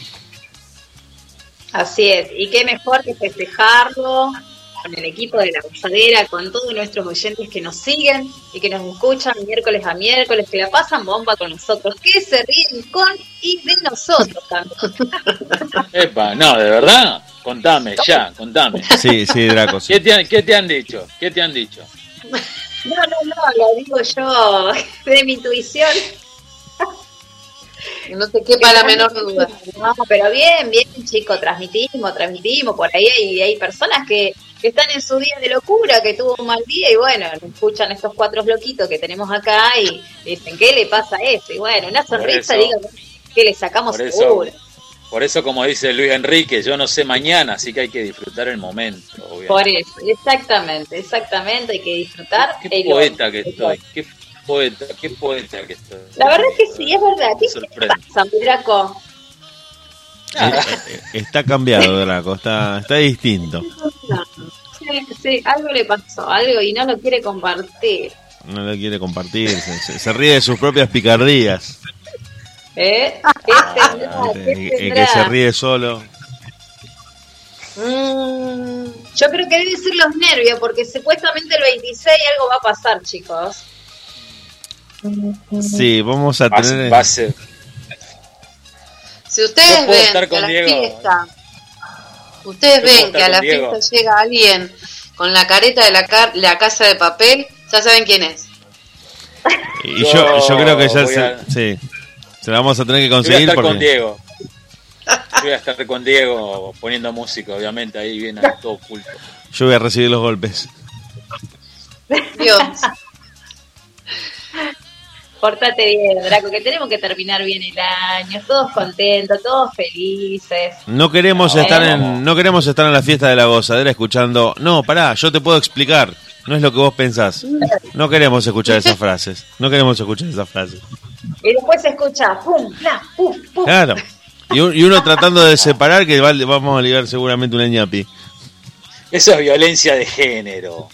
Así es, y qué mejor que festejarlo con el equipo de La Gozadera, con todos nuestros oyentes que nos siguen y que nos escuchan miércoles a miércoles, que la pasan bomba con nosotros, que se ríen con y de nosotros también. Epa, no, de verdad, contame. Sí, Draco. Sí. ¿Qué te han dicho? No, lo digo yo de mi intuición. No te quepa la menor duda. No, pero bien, chicos, transmitimos, por ahí hay personas que están en su día de locura, que tuvo un mal día y bueno, escuchan estos 4 loquitos que tenemos acá y dicen, ¿qué le pasa a eso? Y bueno, una sonrisa, digo, que le sacamos seguro. Por eso, como dice Luis Enrique, yo no sé mañana, así que hay que disfrutar el momento. Obviamente. Por eso, exactamente, hay que disfrutar. Qué poeta que estoy, qué poeta que estoy. La verdad es que sí, es verdad. ¿Qué pasa, Draco? Está cambiado, Draco, está distinto. Sí, algo le pasó, y no lo quiere compartir. Se ríe de sus propias picardías. ¿Qué que se ríe solo. Yo creo que deben ser los nervios, porque supuestamente el 26 algo va a pasar, chicos. Sí, vamos a tener... Va a ser. Si ustedes ven que a la fiesta, fiesta llega alguien con la careta de la Casa de Papel, ya saben quién es. Y yo creo que ya se la vamos a tener que conseguir. Voy a estar con Diego. Voy a estar con Diego poniendo música, obviamente, ahí viene todo oculto. Yo voy a recibir los golpes. Dios. Pórtate bien, Draco, que tenemos que terminar bien el año, todos contentos, todos felices. No queremos estar en la fiesta de La Gozadera escuchando, no, pará, yo te puedo explicar, no es lo que vos pensás. No queremos escuchar esas frases. Y después se escucha pum, bla, pum, pum. Claro. Y uno tratando de separar que vamos a ligar seguramente una ñapi. Eso es violencia de género.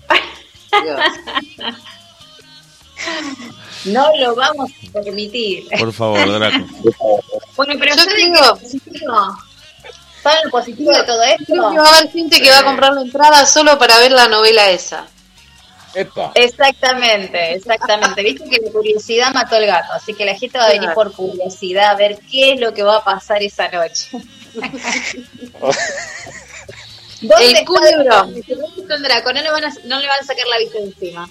No lo vamos a permitir. Por favor, Draco. Bueno, pero yo digo, ¿saben lo positivo de todo esto? Creo que va a haber gente que va a comprar la entrada solo para ver la novela esa. Epa. Exactamente. Viste que la curiosidad mató al gato, así que la gente va a venir por curiosidad a ver qué es lo que va a pasar esa noche. ¿Dónde el culebro? Está el Draco? No le van a sacar la vista encima.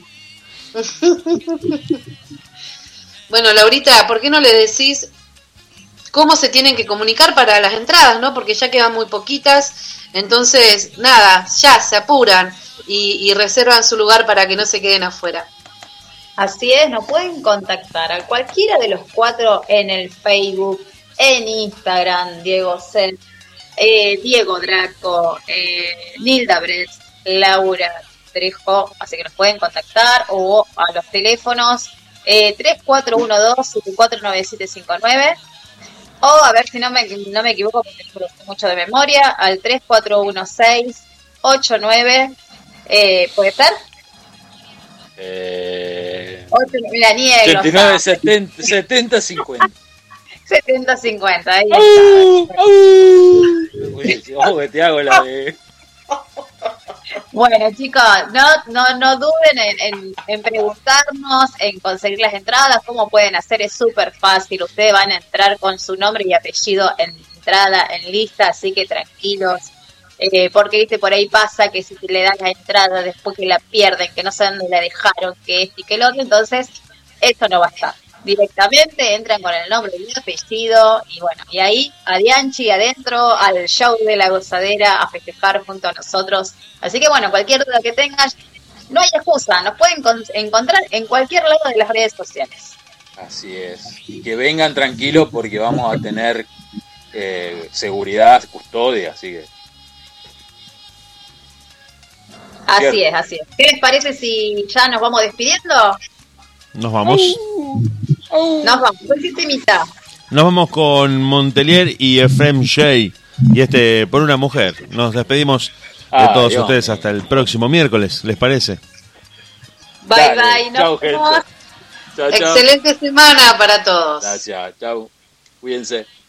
Bueno, Laurita, ¿por qué no le decís cómo se tienen que comunicar para las entradas, no? Porque ya quedan muy poquitas, entonces, nada, ya se apuran y reservan su lugar para que no se queden afuera. Así es, nos pueden contactar a cualquiera de los 4 en el Facebook, en Instagram, Diego Zen, Diego Draco, Nilda Bretz, Laura Trejo, así que nos pueden contactar o a los teléfonos 3412-749759 o a ver si no me equivoco porque no lo sé mucho de memoria, al 3416-89 ¿puede ser? 89, 70, 50 70-50, ahí está. Te hago la de... Bueno, chicos, no duden en preguntarnos, en conseguir las entradas. ¿Cómo pueden hacer? Es súper fácil. Ustedes van a entrar con su nombre y apellido en entrada, en lista, así que tranquilos. Porque, viste, por ahí pasa que si le dan la entrada después que la pierden, que no saben dónde la dejaron, que esto y que el otro, entonces eso no va a estar. directamente, entran con el nombre y el apellido, y bueno, y ahí a Dianchi adentro, al show de La Gozadera, a festejar junto a nosotros. Así que bueno, cualquier duda que tengas, no hay excusa, nos pueden encontrar en cualquier lado de las redes sociales. Así es. Y que vengan tranquilos porque vamos a tener seguridad, custodia, así que... Así es, así es. ¿Qué les parece si ya nos vamos despidiendo? Nos vamos. Nos vamos. ¿Con qué temita? Nos vamos con Montelier y Efrem Shea. Y por una mujer. Nos despedimos de todos ustedes hasta el próximo miércoles. ¿Les parece? Bye, bye. Nos vemos. Chao, chao. Excelente semana para todos. Gracias. Chao. Cuídense.